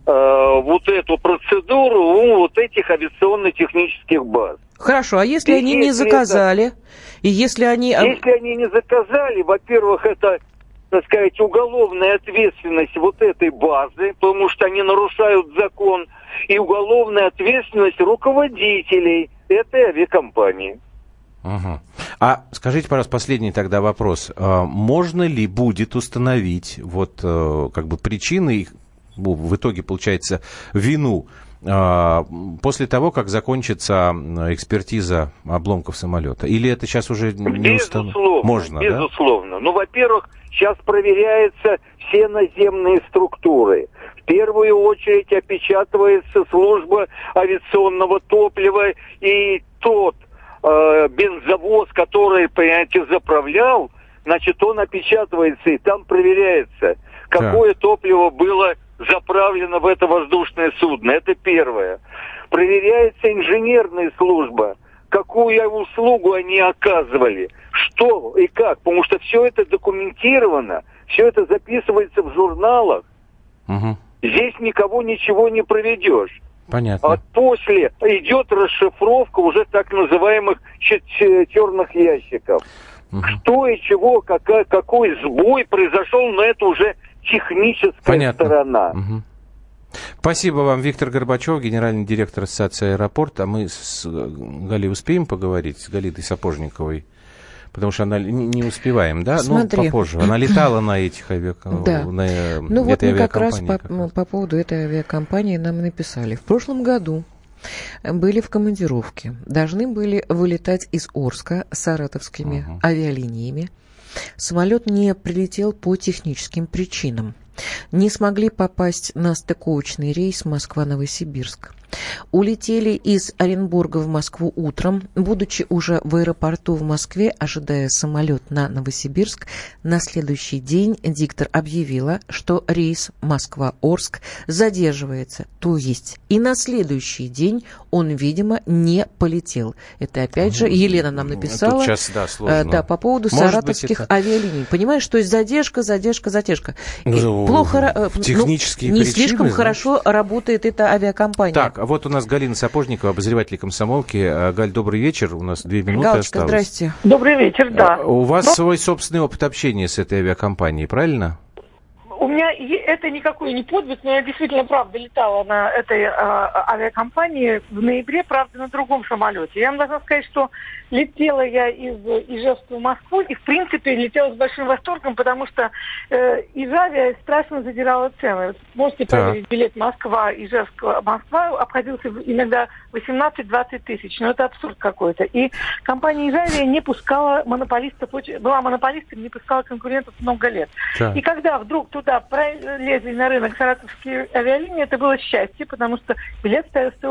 S11: вот эту процедуру у вот этих авиационно-технических баз.
S3: Хорошо, а если они не заказали? И если они...
S11: Если они не заказали, во-первых, это, так сказать, уголовная ответственность вот этой базы, потому что они нарушают закон, и уголовная ответственность руководителей этой авиакомпании.
S2: Угу. А скажите, пожалуйста, последний тогда вопрос. Можно ли будет установить вот как бы причины, в итоге, получается, вину после того, как закончится экспертиза обломков самолета? Или это сейчас уже не установлено? Можно,
S11: безусловно. Да? Ну, во-первых, сейчас проверяются все наземные структуры. В первую очередь опечатывается служба авиационного топлива, и тот бензовоз, который, понимаете, заправлял, значит, он опечатывается, и там проверяется, какое топливо было заправлено в это воздушное судно. Это первое. Проверяется инженерная служба, какую услугу они оказывали, что и как, потому что все это документировано, все это записывается в журналах.
S2: Угу.
S11: Здесь никого ничего не проведешь.
S2: Понятно.
S11: А после идет расшифровка уже так называемых черных ящиков. Что и чего, какой сбой произошел, но это уже техническая сторона.
S2: Спасибо вам, Виктор Горбачев, генеральный директор Ассоциации «Аэропорт». А мы с Галей успеем поговорить, с Галиной Сапожниковой? Потому что она не успеваем, да?
S3: Смотри.
S2: Ну, попозже. Она летала на этих авиакомпаниях.
S3: Да. Ну вот мы как раз по поводу этой авиакомпании нам написали. В прошлом году были в командировке. Должны были вылетать из Орска саратовскими авиалиниями. Самолет не прилетел по техническим причинам. Не смогли попасть на стыковочный рейс Москва-Новосибирск. Улетели из Оренбурга в Москву утром, будучи уже в аэропорту в Москве, ожидая самолет на Новосибирск. На следующий день диктор объявила, что рейс Москва-Орск задерживается. То есть и на следующий день он, видимо, не полетел. Это опять же Елена нам написала.
S2: Тут сейчас, сложно.
S3: По поводу саратовских авиалиний. Понимаешь, то есть задержка. Плохо,
S2: технические
S3: не
S2: причины,
S3: слишком хорошо работает эта авиакомпания.
S2: Так, а вот у нас Галина Сапожникова, обозреватель «Комсомолки». Галь, добрый вечер. У нас 2 минуты
S3: Галочка,
S2: осталось.
S3: Здрасте.
S12: Добрый вечер, да.
S2: У вас свой собственный опыт общения с этой авиакомпанией, правильно?
S12: У меня это никакой не подвиг, но я действительно, правда, летала на этой авиакомпании в ноябре, правда, на другом самолете. Я вам должна сказать, что летела я из Ижевска в Москву, и, в принципе, летела с большим восторгом, потому что Ижавия страшно задирала цены. Можете проверить, билет Москва обходился иногда 18-20 тысяч, но это абсурд какой-то. И компания Ижавия не пускала монополистов, была монополистом, не пускала конкурентов много лет.
S2: Так.
S12: И когда вдруг туда пролезли на рынок саратовские авиалинии, это было счастье, потому что билет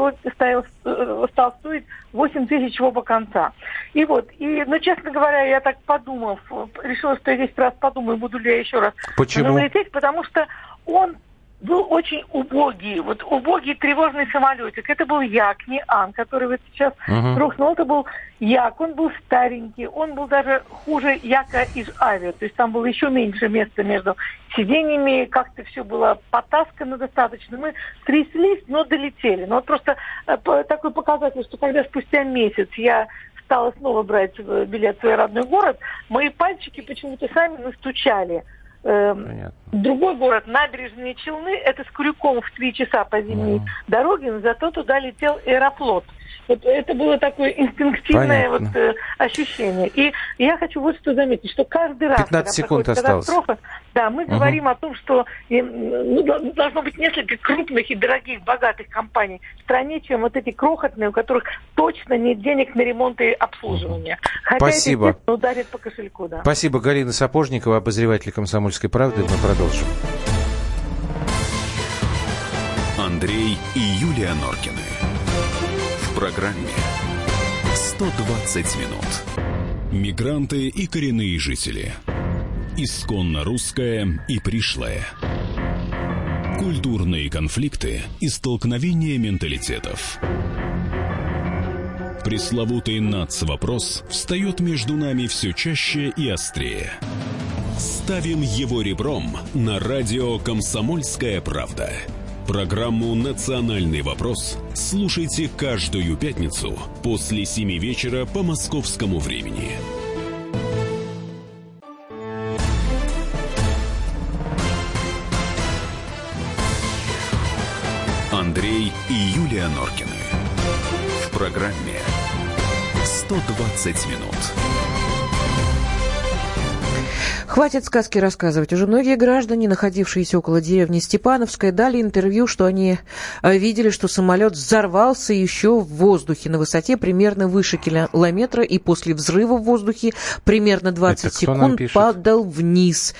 S12: стал стоить 8 тысяч в оба конца. И вот, но, честно говоря, я так подумав, решила, что я 10 раз подумаю, буду ли я еще раз лететь, потому что он был очень убогий тревожный самолетик. Это был Як, не Ан, который вот сейчас рухнул. Это был Як, он был старенький, он был даже хуже Яка из Авиа. То есть там было еще меньше места между сиденьями, как-то все было потаскано достаточно. Мы тряслись, но долетели. Но вот просто такой показатель, что когда спустя месяц я стала снова брать билет в свой родной город, мои пальчики почему-то сами настучали. Другой город, Набережные Челны, это с Крюком в 3 часа по зимней дороге, но зато туда летел Аэрофлот. Вот это было такое инстинктивное ощущение. И я хочу вот что заметить, что каждый раз, когда происходит катастрофа, мы говорим о том, что должно быть несколько крупных и дорогих, богатых компаний в стране, чем вот эти крохотные, у которых точно нет денег на ремонт и обслуживание. Хотя
S2: Спасибо.
S12: это, естественно, ударит по кошельку. Да.
S2: Спасибо, Галина Сапожникова, обозреватель «Комсомольской правды». Мы продолжим.
S1: Андрей и Юлия Норкины. В программе «120 минут».
S9: Мигранты и коренные жители. Исконно русское и пришлое. Культурные конфликты и столкновения менталитетов. Пресловутый НАЦ-вопрос встает между нами все чаще и острее. Ставим его ребром на радио «Комсомольская правда». Программу «Национальный вопрос» слушайте каждую пятницу после 7 вечера по московскому времени.
S1: Андрей и Юлия Норкины. В программе «120 минут».
S3: Хватит сказки рассказывать. Уже многие граждане, находившиеся около деревни Степановская, дали интервью, что они видели, что самолет взорвался еще в воздухе на высоте примерно выше километра, и после взрыва в воздухе примерно 20 секунд падал вниз.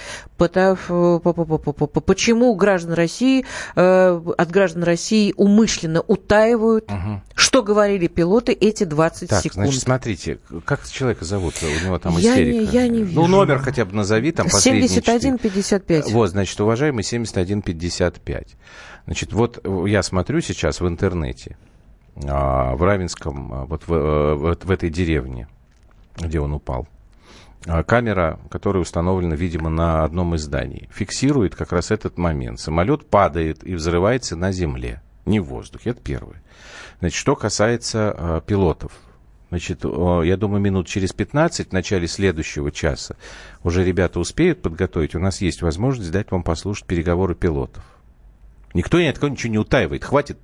S3: Почему граждан России, от граждан России умышленно утаивают, что говорили пилоты эти 20 секунд?
S2: Значит, смотрите, как человека зовут? У него там истерика.
S3: Я не вижу.
S2: Ну, номер хотя бы назови, там последний.
S3: 7155.
S2: Вот, значит, уважаемый 7155. Значит, вот я смотрю сейчас в интернете, в Равенском, вот в этой деревне, где он упал. Камера, которая установлена, видимо, на одном из зданий, фиксирует как раз этот момент. Самолет падает и взрывается на земле, не в воздухе. Это первое. Значит, что касается пилотов. Значит, я думаю, минут через 15, в начале следующего часа, уже ребята успеют подготовить. У нас есть возможность дать вам послушать переговоры пилотов. Никто ни от кого ничего не утаивает. Хватит.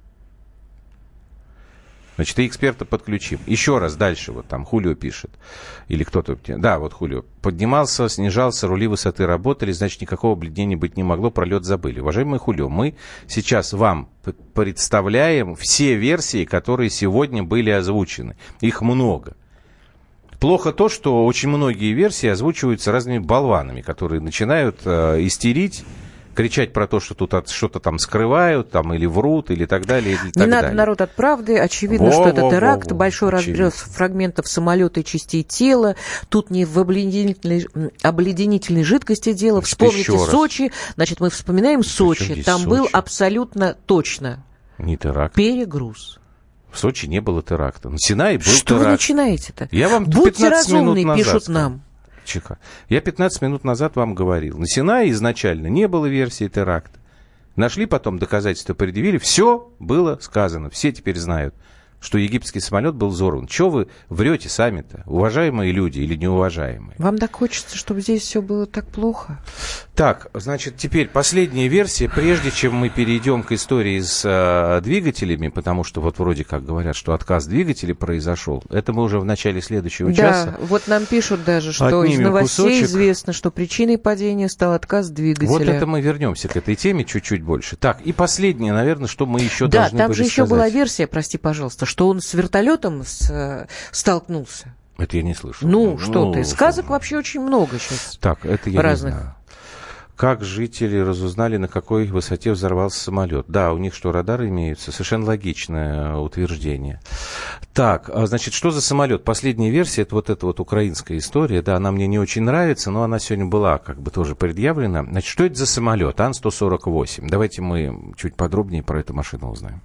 S2: Значит, и эксперта подключим. Еще раз дальше, вот там Хулио пишет. Или кто-то... Да, вот Хулио. Поднимался, снижался, рули высоты работали, значит, никакого обледенения быть не могло, пролет забыли. Уважаемый Хулио, мы сейчас вам представляем все версии, которые сегодня были озвучены. Их много. Плохо то, что очень многие версии озвучиваются разными болванами, которые начинают истерить, кричать про то, что тут что-то там скрывают, там, или врут, или так далее. Или
S3: не надо народ от правды. Очевидно, что это теракт. Большой разброс фрагментов самолета и частей тела. Тут не в обледенительной жидкости дело. Вспомните Сочи. Значит, мы вспоминаем Сочи. Там Сочи? Был абсолютно точно
S2: не теракт.
S3: Перегруз.
S2: В Сочи не было теракта. На Синае был
S3: что
S2: теракт.
S3: Что вы начинаете-то?
S2: Я вам
S3: будьте разумны, пишут нам.
S2: Я 15 минут назад вам говорил. На Синае изначально не было версии теракта. Нашли потом доказательства, предъявили. Все было сказано. Все теперь знают, что египетский самолет был взорван. Чего вы врете сами-то, уважаемые люди или неуважаемые?
S3: Вам так хочется, чтобы здесь все было так плохо?
S2: Так, значит, теперь последняя версия, прежде чем мы перейдем к истории с двигателями, потому что вот вроде как говорят, что отказ двигателей произошел. Это мы уже в начале следующего часа.
S3: Да, вот нам пишут даже, что из новостей известно, что причиной падения стал отказ двигателя.
S2: Вот это мы вернемся к этой теме чуть-чуть больше. Так, и последнее, наверное, что мы еще должны были сказать.
S3: Да, там же еще была версия, прости, пожалуйста, что он с вертолетом столкнулся.
S2: Это я не слышал.
S3: Ну, что ты, сказок вообще очень много сейчас.
S2: Так, это я
S3: разных.
S2: Не знаю. Как жители разузнали, на какой высоте взорвался самолет? Да, у них что, радары имеются? Совершенно логичное утверждение. Так, значит, что за самолет? Последняя версия, это вот эта вот украинская история. Да, она мне не очень нравится, но она сегодня была как бы тоже предъявлена. Значит, что это за самолет? Ан-148. Давайте мы чуть подробнее про эту машину узнаем.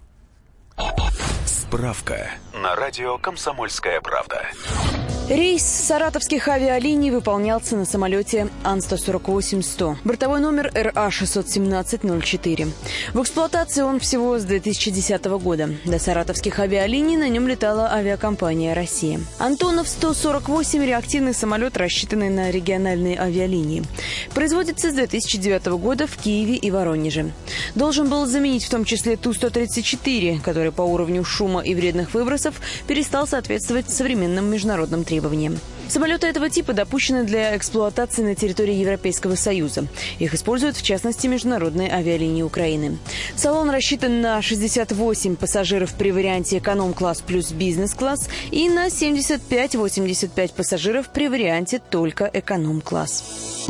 S1: Справка на радио «Комсомольская правда».
S4: Рейс саратовских авиалиний выполнялся на самолете Ан-148-100. Бортовой номер РА-617-04. В эксплуатации он всего с 2010 года. До саратовских авиалиний на нем летала авиакомпания «Россия». Антонов-148 – реактивный самолет, рассчитанный на региональные авиалинии. Производится с 2009 года в Киеве и Воронеже. Должен был заменить в том числе Ту-134, который по уровню шума и вредных выбросов перестал соответствовать современным международным требованиям. Самолеты этого типа допущены для эксплуатации на территории Европейского Союза. Их используют, в частности, международные авиалинии Украины. Салон рассчитан на 68 пассажиров при варианте эконом-класс плюс бизнес-класс и на 75-85 пассажиров при варианте только эконом-класс.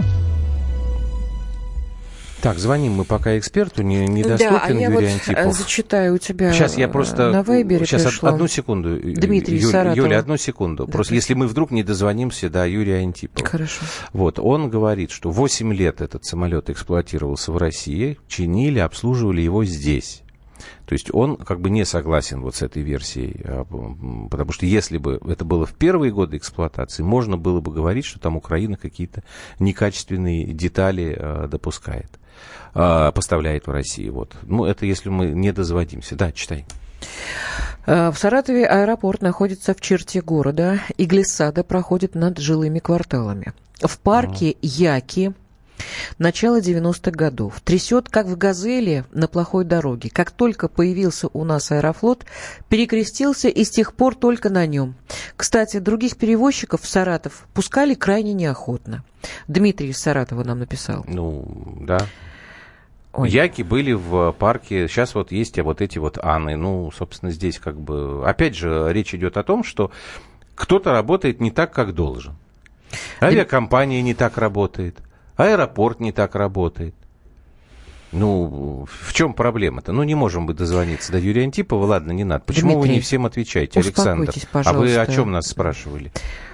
S2: Так, звоним мы пока эксперту, недоступен
S3: да,
S2: Юрий Антипов.
S3: Вот зачитаю у тебя.
S2: Сейчас я просто...
S3: На Вайбере
S2: сейчас
S3: пришло.
S2: Одну секунду.
S3: Дмитрий Саратова.
S2: Юля, одну секунду.
S3: Да,
S2: просто если мы вдруг не дозвонимся до Юрия Антипова.
S3: Хорошо.
S2: Вот, он говорит, что 8 лет этот самолет эксплуатировался в России, чинили, обслуживали его здесь. То есть он как бы не согласен вот с этой версией, потому что если бы это было в первые годы эксплуатации, можно было бы говорить, что там Украина какие-то некачественные детали допускает, поставляет в Россию. Вот. Ну, это если мы не дозводимся. Да, читай.
S3: В Саратове аэропорт находится в черте города, и глиссада проходит над жилыми кварталами. В парке Яки начало 90-х годов. Трясет, как в «Газели» на плохой дороге. Как только появился у нас Аэрофлот, перекрестился и с тех пор только на нем. Кстати, других перевозчиков в Саратов пускали крайне неохотно. Дмитрий из Саратова нам написал.
S2: Ну, да.
S3: Ой.
S2: Яки были в парке, сейчас вот есть вот эти вот Анны. Ну, собственно, здесь как бы... Опять же, речь идет о том, что кто-то работает не так, как должен. Авиакомпания не так работает. Аэропорт не так работает. Ну, в чем проблема-то? Ну, не можем мы дозвониться до Юрия Антипова. Ладно, не надо. Почему
S3: Дмитрий,
S2: вы не всем отвечаете, Александр?
S3: Пожалуйста.
S2: А вы о чем нас спрашивали?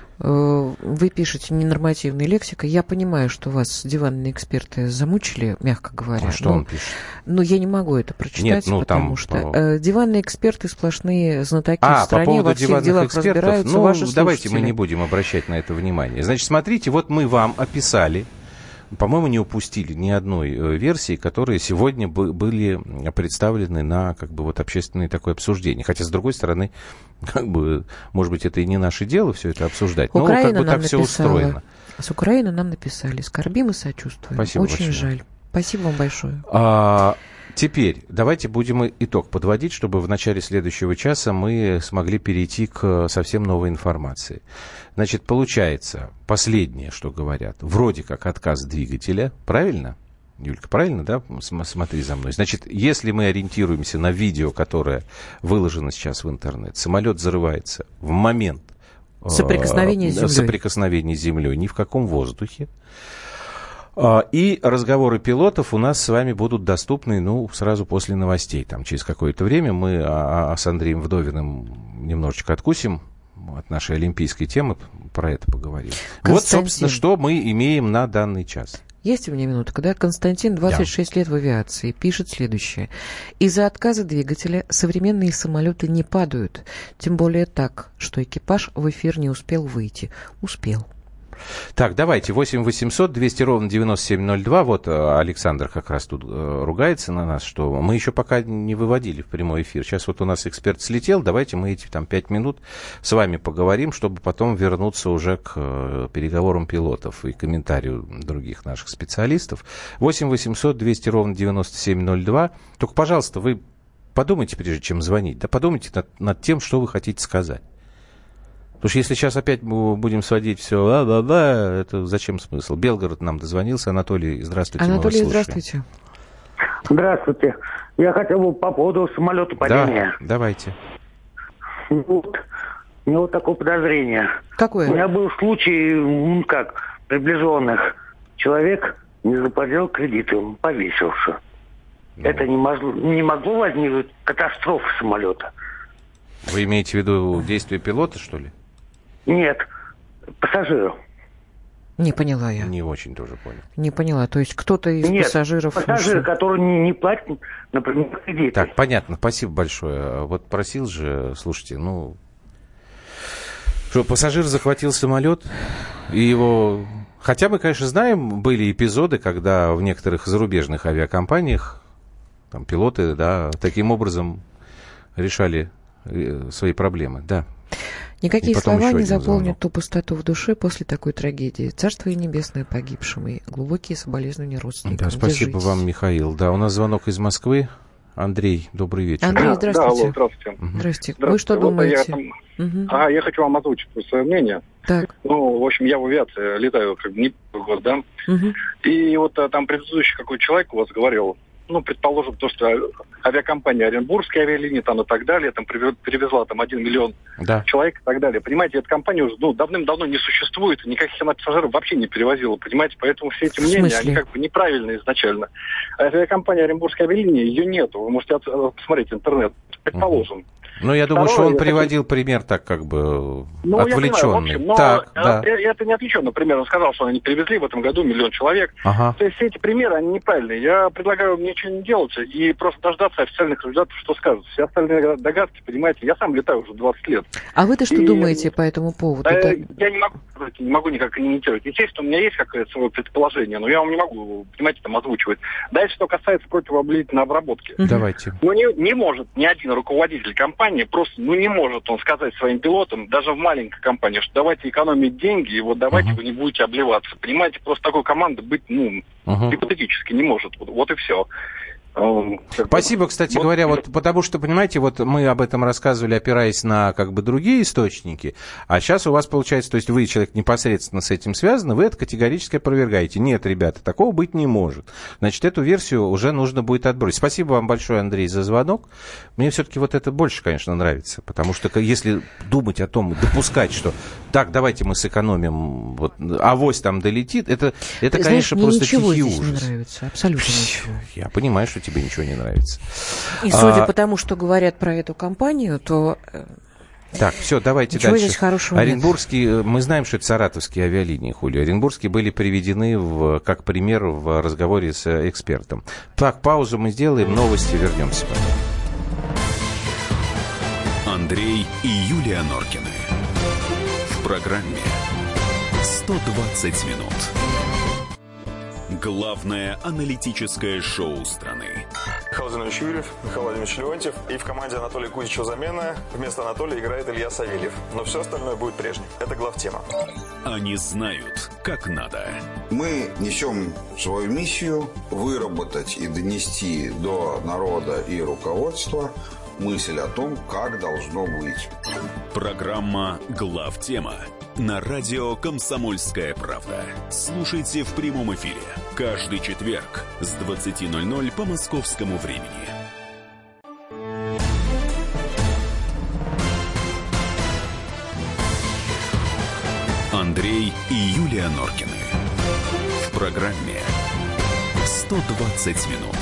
S3: Вы пишете ненормативной лексикой. Я понимаю, что вас диванные эксперты замучили, мягко говоря.
S2: А что он пишет?
S3: Ну, я не могу это прочитать,
S2: нет, ну,
S3: потому
S2: там,
S3: что диванные эксперты сплошные знатоки в стране,
S2: по поводу
S3: во всех делах разбираются.
S2: Ну,
S3: ваши
S2: давайте
S3: слушатели.
S2: мы не будем обращать на это внимание. Значит, смотрите, вот мы вам описали, по-моему, не упустили ни одной версии, которые сегодня были представлены на как бы вот общественное такое обсуждение. Хотя, с другой стороны, как бы, может быть, это и не наше дело все это обсуждать, но
S3: Украина
S2: как бы так все устроено.
S3: С Украины нам написали. Скорбим и сочувствуем.
S2: Спасибо
S3: Очень
S2: большое.
S3: жаль. Спасибо вам большое.
S2: Теперь давайте будем итог подводить, чтобы в начале следующего часа мы смогли перейти к совсем новой информации. Значит, получается, последнее, что говорят, вроде как отказ двигателя, правильно? Юлька, правильно, да? Смотри за мной. Значит, если мы ориентируемся на видео, которое выложено сейчас в интернет, самолет взрывается в момент
S3: соприкосновения
S2: с землей, ни в каком воздухе. И разговоры пилотов у нас с вами будут доступны, ну, сразу после новостей. Там, через какое-то время мы с Андреем Вдовиным немножечко откусим от нашей олимпийской темы, про это поговорим. Вот, собственно, что мы имеем на данный час.
S3: Есть у меня минутка, да? Константин, 26 лет в авиации, пишет следующее. Из-за отказа двигателя современные самолеты не падают. Тем более так, что экипаж в эфир не успел выйти. Успел.
S2: Так, давайте, 8 800 200 ровно 9702. Вот Александр как раз тут ругается на нас, что мы еще пока не выводили в прямой эфир. Сейчас вот у нас эксперт слетел, давайте мы эти там 5 минут с вами поговорим, чтобы потом вернуться уже к переговорам пилотов и комментарию других наших специалистов. 8 800 200 ровно 9702. Только, пожалуйста, вы подумайте, прежде чем звонить, да, подумайте над тем, что вы хотите сказать. Потому что если сейчас опять мы будем сводить все, это зачем смысл? Белгород нам дозвонился. Анатолий, здравствуйте.
S3: Анатолий, здравствуйте.
S13: Здравствуйте. Я хотел бы по поводу самолета падения.
S2: Да, давайте.
S13: Вот. У меня вот такое подозрение.
S3: Какое?
S13: У меня был случай, приближенных. Человек не заплатил кредиты, он повесился. Это не могло возникнуть катастрофа самолета.
S2: Вы имеете в виду действия пилота, что ли?
S13: Нет, пассажиров.
S3: Не поняла я.
S2: Не очень тоже понял.
S3: Не поняла. То есть кто-то из пассажиров...
S13: пассажир, который не платит, например, кредиты.
S2: Так, понятно. Спасибо большое. Вот просил же, слушайте, что пассажир захватил самолет, и его... Хотя мы, конечно, знаем, были эпизоды, когда в некоторых зарубежных авиакомпаниях там пилоты, да, таким образом решали свои проблемы, да.
S3: Никакие слова не заполнят ту пустоту в душе после такой трагедии. Царство и небесное погибшим, и глубокие соболезнования родственникам.
S2: Да, спасибо вам, Михаил. Да, у нас звонок из Москвы. Андрей, добрый вечер.
S3: Андрей, здравствуйте.
S14: Да, алло, здравствуйте.
S3: Здравствуйте. Вы что думаете?
S14: Я хочу вам озвучить свое мнение.
S3: Так.
S14: В общем, я в авиации летаю не первый год, да. И вот там предыдущий какой человек у вас говорил, предположим, то, что авиакомпания Оренбургская авиалинии там и так далее, там перевезла там 1 миллион человек и так далее. Понимаете, эта компания уже давным-давно не существует, никаких она пассажиров вообще не перевозила, понимаете, поэтому все эти мнения, они как бы неправильные изначально. А авиакомпания Оренбургская авиалиния, ее нету, вы можете посмотреть интернет, предположим.
S2: Ну, я думаю, что он приводил пример так как бы отвлеченный.
S14: Я понимаю,
S2: так, да.
S14: Это не отвлеченный пример. Он сказал, что они перевезли в этом году 1 миллион человек.
S2: Ага.
S14: То есть все эти примеры, они неправильные. Я предлагаю ничего не делать и просто дождаться официальных результатов, что скажут. Все остальные догадки, понимаете, я сам летаю уже 20 лет.
S3: А вы-то что думаете по этому поводу?
S14: Я не могу никак комментировать. Естественно, у меня есть какое-то свое предположение, но я вам не могу, понимаете, там озвучивать. Дальше, что касается противообледенной обработки.
S2: Давайте.
S14: Ну, не может ни один руководитель компании просто, не может он сказать своим пилотам, даже в маленькой компании, что давайте экономить деньги, и вот давайте вы не будете обливаться. Понимаете, просто такой команды быть, гипотетически не может. Вот и все.
S2: Спасибо, кстати говоря, вот потому что, понимаете, вот мы об этом рассказывали, опираясь на как бы другие источники, а сейчас у вас получается, то есть вы, человек непосредственно с этим связан, вы это категорически опровергаете. Нет, ребята, такого быть не может. Значит, эту версию уже нужно будет отбросить. Спасибо вам большое, Андрей, за звонок. Мне все-таки вот это больше, конечно, нравится, потому что если думать о том, допускать, что так, давайте мы сэкономим, вот, авось там долетит, это конечно, просто тихий ужас.
S3: Ничего здесь не нравится, абсолютно ничего.
S2: Я понимаю, что тебе ничего не нравится.
S3: И судя по тому, что говорят про эту компанию, то...
S2: Так, все, давайте
S3: ничего
S2: дальше.
S3: Здесь хорошего
S2: Оренбургские,
S3: нет.
S2: Мы знаем, что это саратовские авиалинии, Хулио. Оренбургские были приведены как пример в разговоре с экспертом. Так, паузу мы сделаем, новости, вернемся потом.
S1: Андрей и Юлия Норкины. В программе «120 минут». Главное аналитическое шоу страны.
S15: Михаил Владимирович Юрьев, Михаил Владимирович Леонтьев. И в команде Анатолия Кузичева замена. Вместо Анатолия играет Илья Савельев. Но все остальное будет прежним. Это главтема.
S1: Они знают, как надо.
S16: Мы несем свою миссию выработать и донести до народа и руководства мысль о том, как должно быть.
S1: Программа «Главтема» на радио «Комсомольская правда». Слушайте в прямом эфире каждый четверг с 20:00 по московскому времени. Андрей и Юлия Норкины. В программе «120 минут».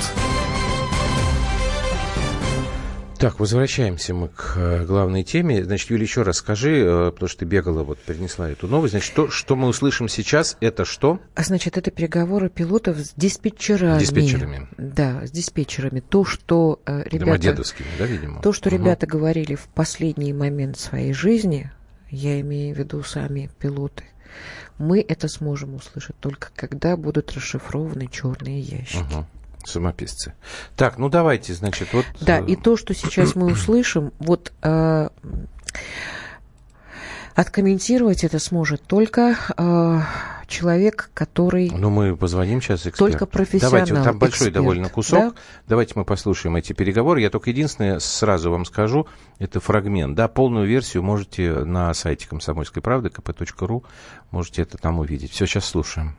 S2: Так, возвращаемся мы к главной теме. Значит, Юля, еще раз скажи, потому что ты бегала, вот принесла эту новость. Значит, что мы услышим сейчас, это что?
S3: Значит, это переговоры пилотов с диспетчерами.
S2: Диспетчерами.
S3: Да, с диспетчерами. То, что ребята...
S2: Домодедовскими, да, видимо?
S3: То, что ребята говорили в последний момент своей жизни, я имею в виду сами пилоты, мы это сможем услышать только когда будут расшифрованы черные ящики.
S2: Самописцы. Так, ну давайте, значит, вот...
S3: Да, и то, что сейчас мы услышим, вот откомментировать это сможет только человек, который...
S2: Ну, мы позвоним сейчас эксперту.
S3: Только профессионал.
S2: Давайте, вот там большой
S3: эксперт,
S2: довольно кусок.
S3: Да?
S2: Давайте мы послушаем эти переговоры. Я только единственное сразу вам скажу, это фрагмент. Да, полную версию можете на сайте «Комсомольской правды», kp.ru, можете это там увидеть. Все, сейчас слушаем.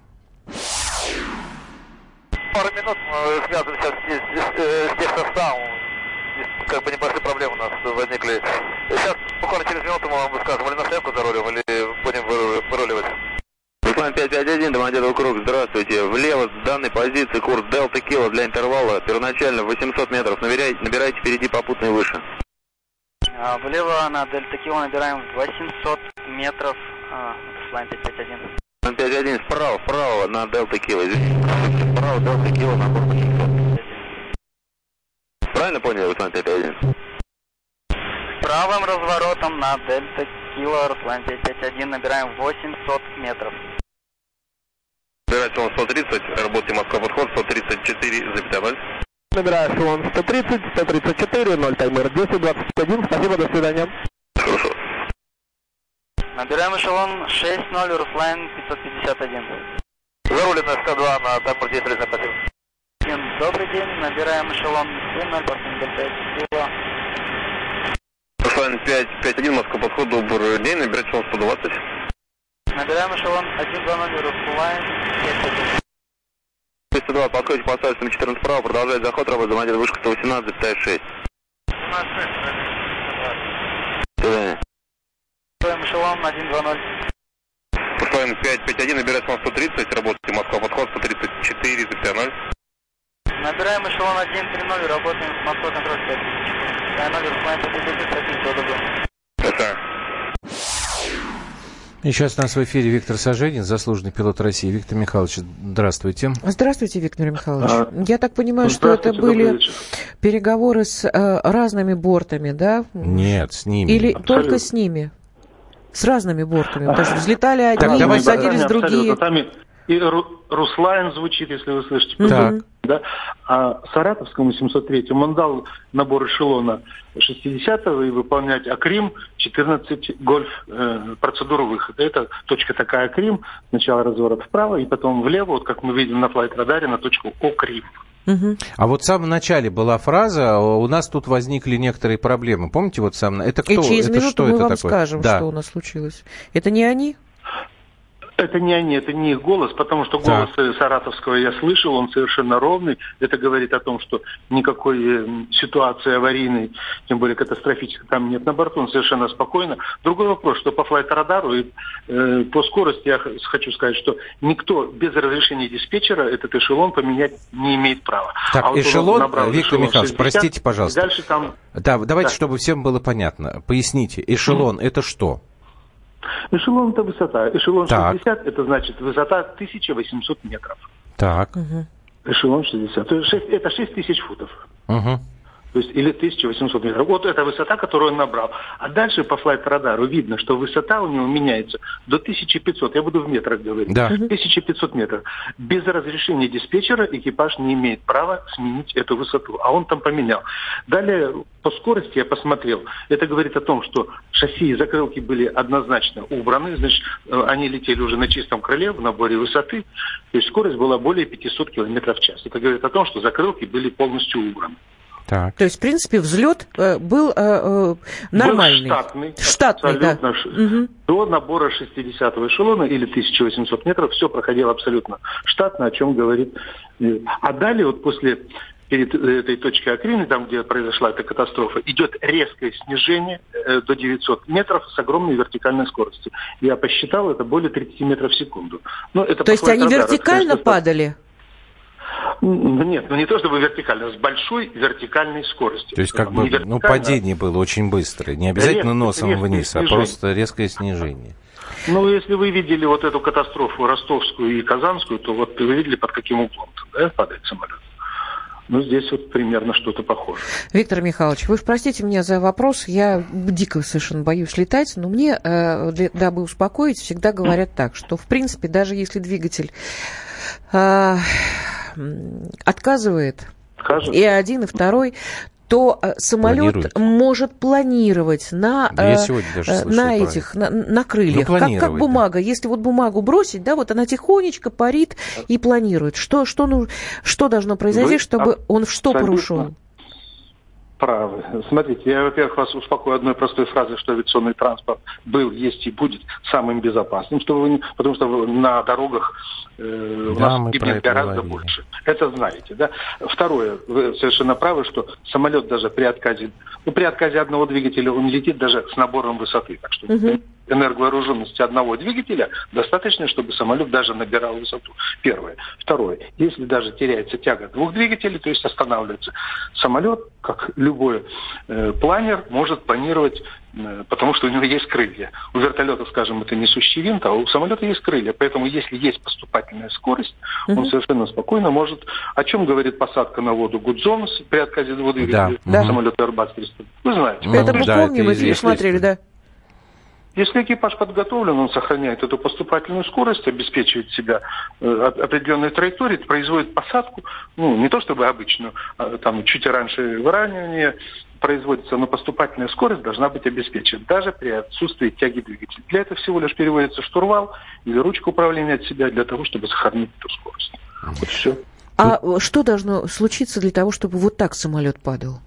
S17: Пару минут мы связываем сейчас с техсоставом. Здесь как бы небольшие проблемы у нас возникли. Сейчас буквально через минуту мы вам скажем, или на стоянку зарулим, или будем выруливать.
S18: Руслан 551, Домодедово круг, здравствуйте. Влево с данной позиции курс Дельта Кило для интервала. Первоначально 800 метров. Набирайте впереди попутно и выше.
S19: Влево на Дельта Кило набираем 800 метров. Руслан 551.
S18: 5-1 вправо на Дельта Кило. Извините, вправо Дельта Кило на курс 800. Правильно поняли, Руслан 5-1?
S19: Правым разворотом на Дельта Кило, Руслан 551, набираем 800 метров.
S18: Набираю эшелон 130, работаем Москва подход 134,0.
S20: Набираю эшелон 130, 134, 0 таймер 10-21, спасибо, до свидания.
S18: Хорошо.
S19: Набираем эшелон 6-0, Руслан 551.
S17: Зарулим на СК-2 на таймер 10, спасибо.
S19: Добрый день, набираем эшелон 7-0, паркинг Дельта Кило.
S18: Руслан 5-1, Москва подход, добрый день, набирать эшелон 120.
S19: Набираем эшелон 1-2-0, Руслан 5-1.
S18: 202, подходите по ставству 14 вправо, продолжает заход, работа Домодедово, вышка 118,6.
S19: 17,6. Эшелон 1-2-0.
S18: Руслан 5-1, набирает эшелон 130, работайте Москва подход 134,0.
S19: Набираем эшелон 1-3-0, работаем с Москва контроль 5.
S2: И сейчас у нас в эфире Виктор Саженин, заслуженный пилот России. Виктор Михайлович, здравствуйте.
S3: Здравствуйте, Виктор Михайлович. Я так понимаю, что это были переговоры с разными бортами, да?
S2: Нет, с ними.
S3: Или только с ними? С разными бортами. Потому что взлетали одни, садились другие.
S21: И Руслайн звучит, если вы слышите.
S2: Так.
S21: Да? А Саратовскому 703-му он дал набор эшелона 60-го и выполнять АКРИМ 14 гольф процедуру выхода. Это точка такая АКРИМ, сначала разворот вправо и потом влево, вот как мы видим на флайт-радаре, на точку ОКРИМ.
S2: А вот в самом начале была фраза, у нас тут возникли некоторые проблемы. Помните, вот сам это кто?
S3: И через
S2: это
S3: минуту
S2: что
S3: мы
S2: это
S3: вам
S2: такое?
S3: скажем,
S2: да.
S3: что у нас случилось. Это не они?
S21: Это не они, это не их голос, потому что голос Саратовского я слышал, он совершенно ровный. Это говорит о том, что никакой ситуации аварийной, тем более катастрофической, там нет на борту, он совершенно спокойно. Другой вопрос, что по флайт-радару и по скорости я хочу сказать, что никто без разрешения диспетчера этот эшелон поменять не имеет права.
S2: Так,
S21: вот
S2: эшелон, Виктор Михайлович,
S21: 60,
S2: простите, пожалуйста.
S21: Дальше там...
S2: Да, давайте, чтобы всем было понятно. Поясните, эшелон это что?
S21: Эшелон – это высота. Эшелон 60 – это значит высота 1800 метров.
S2: Так.
S21: Эшелон 60. Это 6000 футов.
S2: Угу.
S21: То есть, или 1800 метров. Вот это высота, которую он набрал. А дальше по флайт-радару видно, что высота у него меняется до 1500. Я буду в метрах говорить.
S2: Да.
S21: 1500 метров. Без разрешения диспетчера экипаж не имеет права сменить эту высоту. А он там поменял. Далее по скорости я посмотрел. Это говорит о том, что шасси и закрылки были однозначно убраны. Значит, они летели уже на чистом крыле в наборе высоты. То есть скорость была более 500 км в час. Это говорит о том, что закрылки были полностью убраны.
S2: Так.
S3: То есть, в принципе, взлет был нормальный.
S21: Был
S3: штатный, да.
S21: До набора 60-го эшелона или 1800 метров все проходило абсолютно штатно, о чем говорит. А далее, вот перед этой точкой АКРИМ, там, где произошла эта катастрофа, идет резкое снижение до 900 метров с огромной вертикальной скоростью. Я посчитал, это более 30 метров в секунду.
S3: То есть они вертикально падали?
S21: Нет, не то чтобы вертикально, с большой вертикальной скоростью.
S2: То есть как бы падение было очень быстрое, не обязательно носом вниз,
S21: снижение.
S2: А просто резкое снижение.
S21: Если вы видели вот эту катастрофу ростовскую и казанскую, то вот вы видели, под каким углом падает самолет. Здесь вот примерно что-то похоже.
S3: Виктор Михайлович, вы простите меня за вопрос, я дико совершенно боюсь летать, но мне, дабы успокоить, всегда говорят так, что в принципе даже если двигатель отказывает, и один, и второй, то самолет может планировать на крыльях, как бумага. Если вот бумагу бросить, да, вот она тихонечко парит и планирует. Что должно произойти, чтобы он в штопор ушел?
S21: Правы. Смотрите, я, во-первых, вас успокою одной простой фразой, что авиационный транспорт был, есть и будет самым безопасным, потому что на дорогах у нас гибнет гораздо больше. Это знаете, да? Второе, вы совершенно правы, что самолет даже при отказе одного двигателя, он летит даже с набором высоты. Так что энерговооруженности одного двигателя достаточно, чтобы самолет даже набирал высоту. Первое. Второе. Если даже теряется тяга двух двигателей, то есть останавливается самолет, как любой планер, может планировать, потому что у него есть крылья. У вертолета, скажем, это несущий винт, а у самолета есть крылья. Поэтому если есть поступательная скорость, он совершенно спокойно может... О чем говорит посадка на воду Гудзон при отказе двух двигателей самолета Airbus 300? Вы знаете.
S3: Это мы помним, мы фильм смотрели, да.
S21: Если экипаж подготовлен, он сохраняет эту поступательную скорость, обеспечивает себя определенной траекторией, производит посадку, не то чтобы обычную, там чуть раньше выравнивания производится, но поступательная скорость должна быть обеспечена, даже при отсутствии тяги двигателя. Для этого всего лишь переводится штурвал или ручка управления от себя для того, чтобы сохранить эту скорость. Вот все.
S3: А что должно случиться для того, чтобы вот так самолет падал?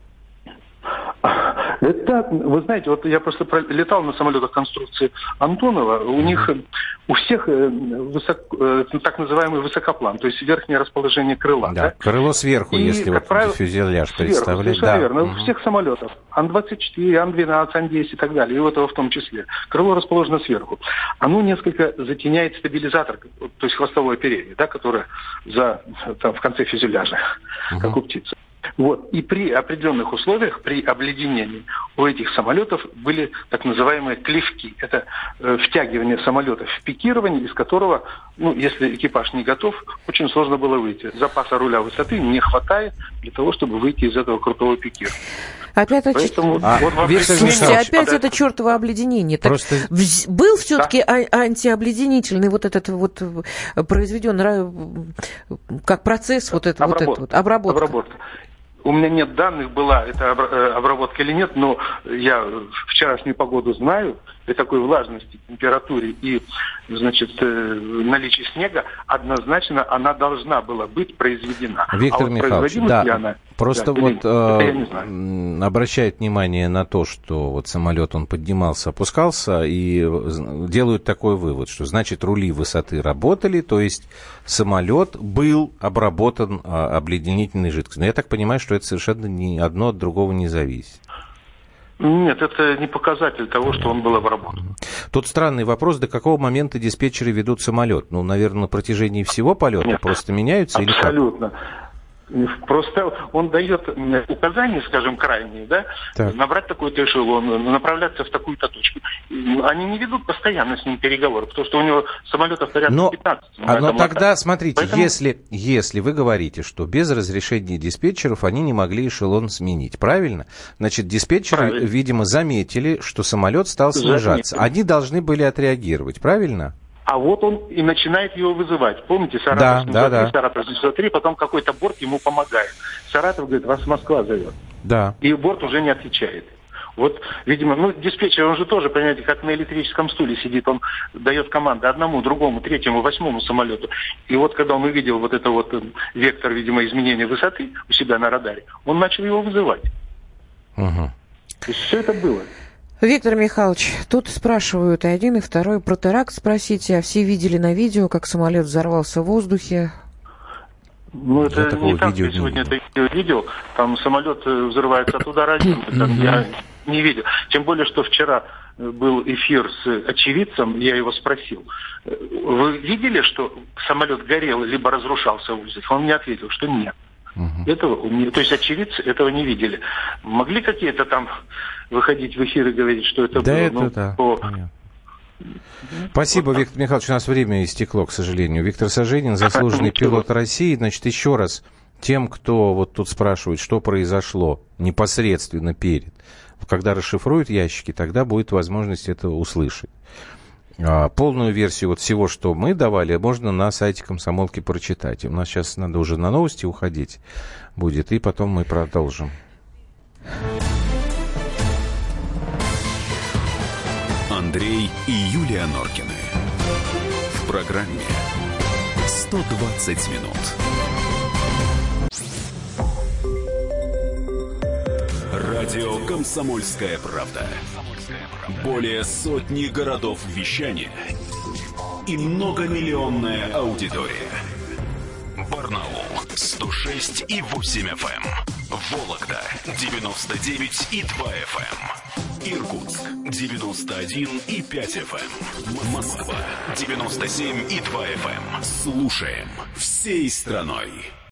S21: Это, вы знаете, вот я просто летал на самолетах конструкции Антонова, у них у всех так называемый высокоплан, то есть верхнее расположение крыла.
S2: Да, крыло сверху, если вот фюзеляж представлять.
S21: Совершенно верно. У всех самолетов Ан-24, Ан-12, Ан-10 и так далее, и у этого в том числе. Крыло расположено сверху. Оно несколько затеняет стабилизатор, то есть хвостовое оперение, да, которое в конце фюзеляжа, как у птицы. Вот. И при определенных условиях, при обледенении, у этих самолетов были так называемые клевки. Это втягивание самолета в пикирование, из которого, если экипаж не готов, очень сложно было выйти. Запаса руля высоты не хватает для того, чтобы выйти из этого крутого пикирования.
S3: Опять это чертово обледенение. Просто... Был все-таки антиобледенительный вот этот вот произведен как процесс обработка.
S21: У меня нет данных, была эта обработка или нет, но я вчерашнюю погоду знаю, при такой влажности, температуре и, наличии снега, однозначно она должна была быть произведена.
S2: Виктор Михайлович, просто обращает внимание на то, что вот самолет, он поднимался, опускался, и делают такой вывод, что значит рули высоты работали, то есть самолет был обработан обледенительной жидкостью. Но я так понимаю, что это совершенно одно от другого не зависит.
S21: Нет, это не показатель того, что он был обработан.
S2: Тут странный вопрос, до какого момента диспетчеры ведут самолет? Наверное, на протяжении всего полета просто меняются или как?
S21: Абсолютно. Просто он дает указания, скажем, крайние, набрать такой-то эшелон, направляться в такую-то точку. Они не ведут постоянно с ним переговоры, потому что у него самолетов порядка 15.
S2: Но тогда, смотрите, поэтому... если вы говорите, что без разрешения диспетчеров они не могли эшелон сменить, правильно? Значит, диспетчеры, видимо, заметили, что самолет стал снижаться. Они должны были отреагировать, правильно?
S21: А вот он и начинает его вызывать. Помните, Саратов 703, потом какой-то борт ему помогает. Саратов говорит, вас Москва зовет.
S2: Да.
S21: И борт уже не отвечает. Вот, видимо, диспетчер, он же тоже, понимаете, как на электрическом стуле сидит, он дает команды одному, другому, третьему, 8 самолету. И вот когда он увидел вот это вот вектор, видимо, изменения высоты у себя на радаре, он начал его вызывать.
S2: Угу.
S21: То есть все это было.
S3: Виктор Михайлович, тут спрашивают и один, и второй про теракт спросите, а все видели на видео, как самолет взорвался в воздухе?
S21: Это не так, я сегодня это видел, там самолет взрывается от удара, я не видел. Тем более, что вчера был эфир с очевидцем, я его спросил, вы видели, что самолет горел, либо разрушался в воздухе? Он мне ответил, что нет. То есть очевидцы этого не видели. Могли какие-то там выходить в эфир и говорить, что это было?
S2: Спасибо, Виктор Михайлович. У нас время истекло, к сожалению. Виктор Саженин, заслуженный пилот России. Значит, еще раз, тем, кто вот тут спрашивает, что произошло непосредственно перед, когда расшифруют ящики, тогда будет возможность это услышать. Полную версию вот всего, что мы давали, можно на сайте Комсомолки прочитать. У нас сейчас надо уже на новости уходить будет, и потом мы продолжим.
S1: Андрей и Юлия Норкины. В программе «120 минут». Радио «Комсомольская правда». Более сотни городов вещания и многомиллионная аудитория. Барнаул 106,8 FM, Вологда 99,2 FM, Иркутск 91,5 FM, Москва 97,2 FM. Слушаем всей страной.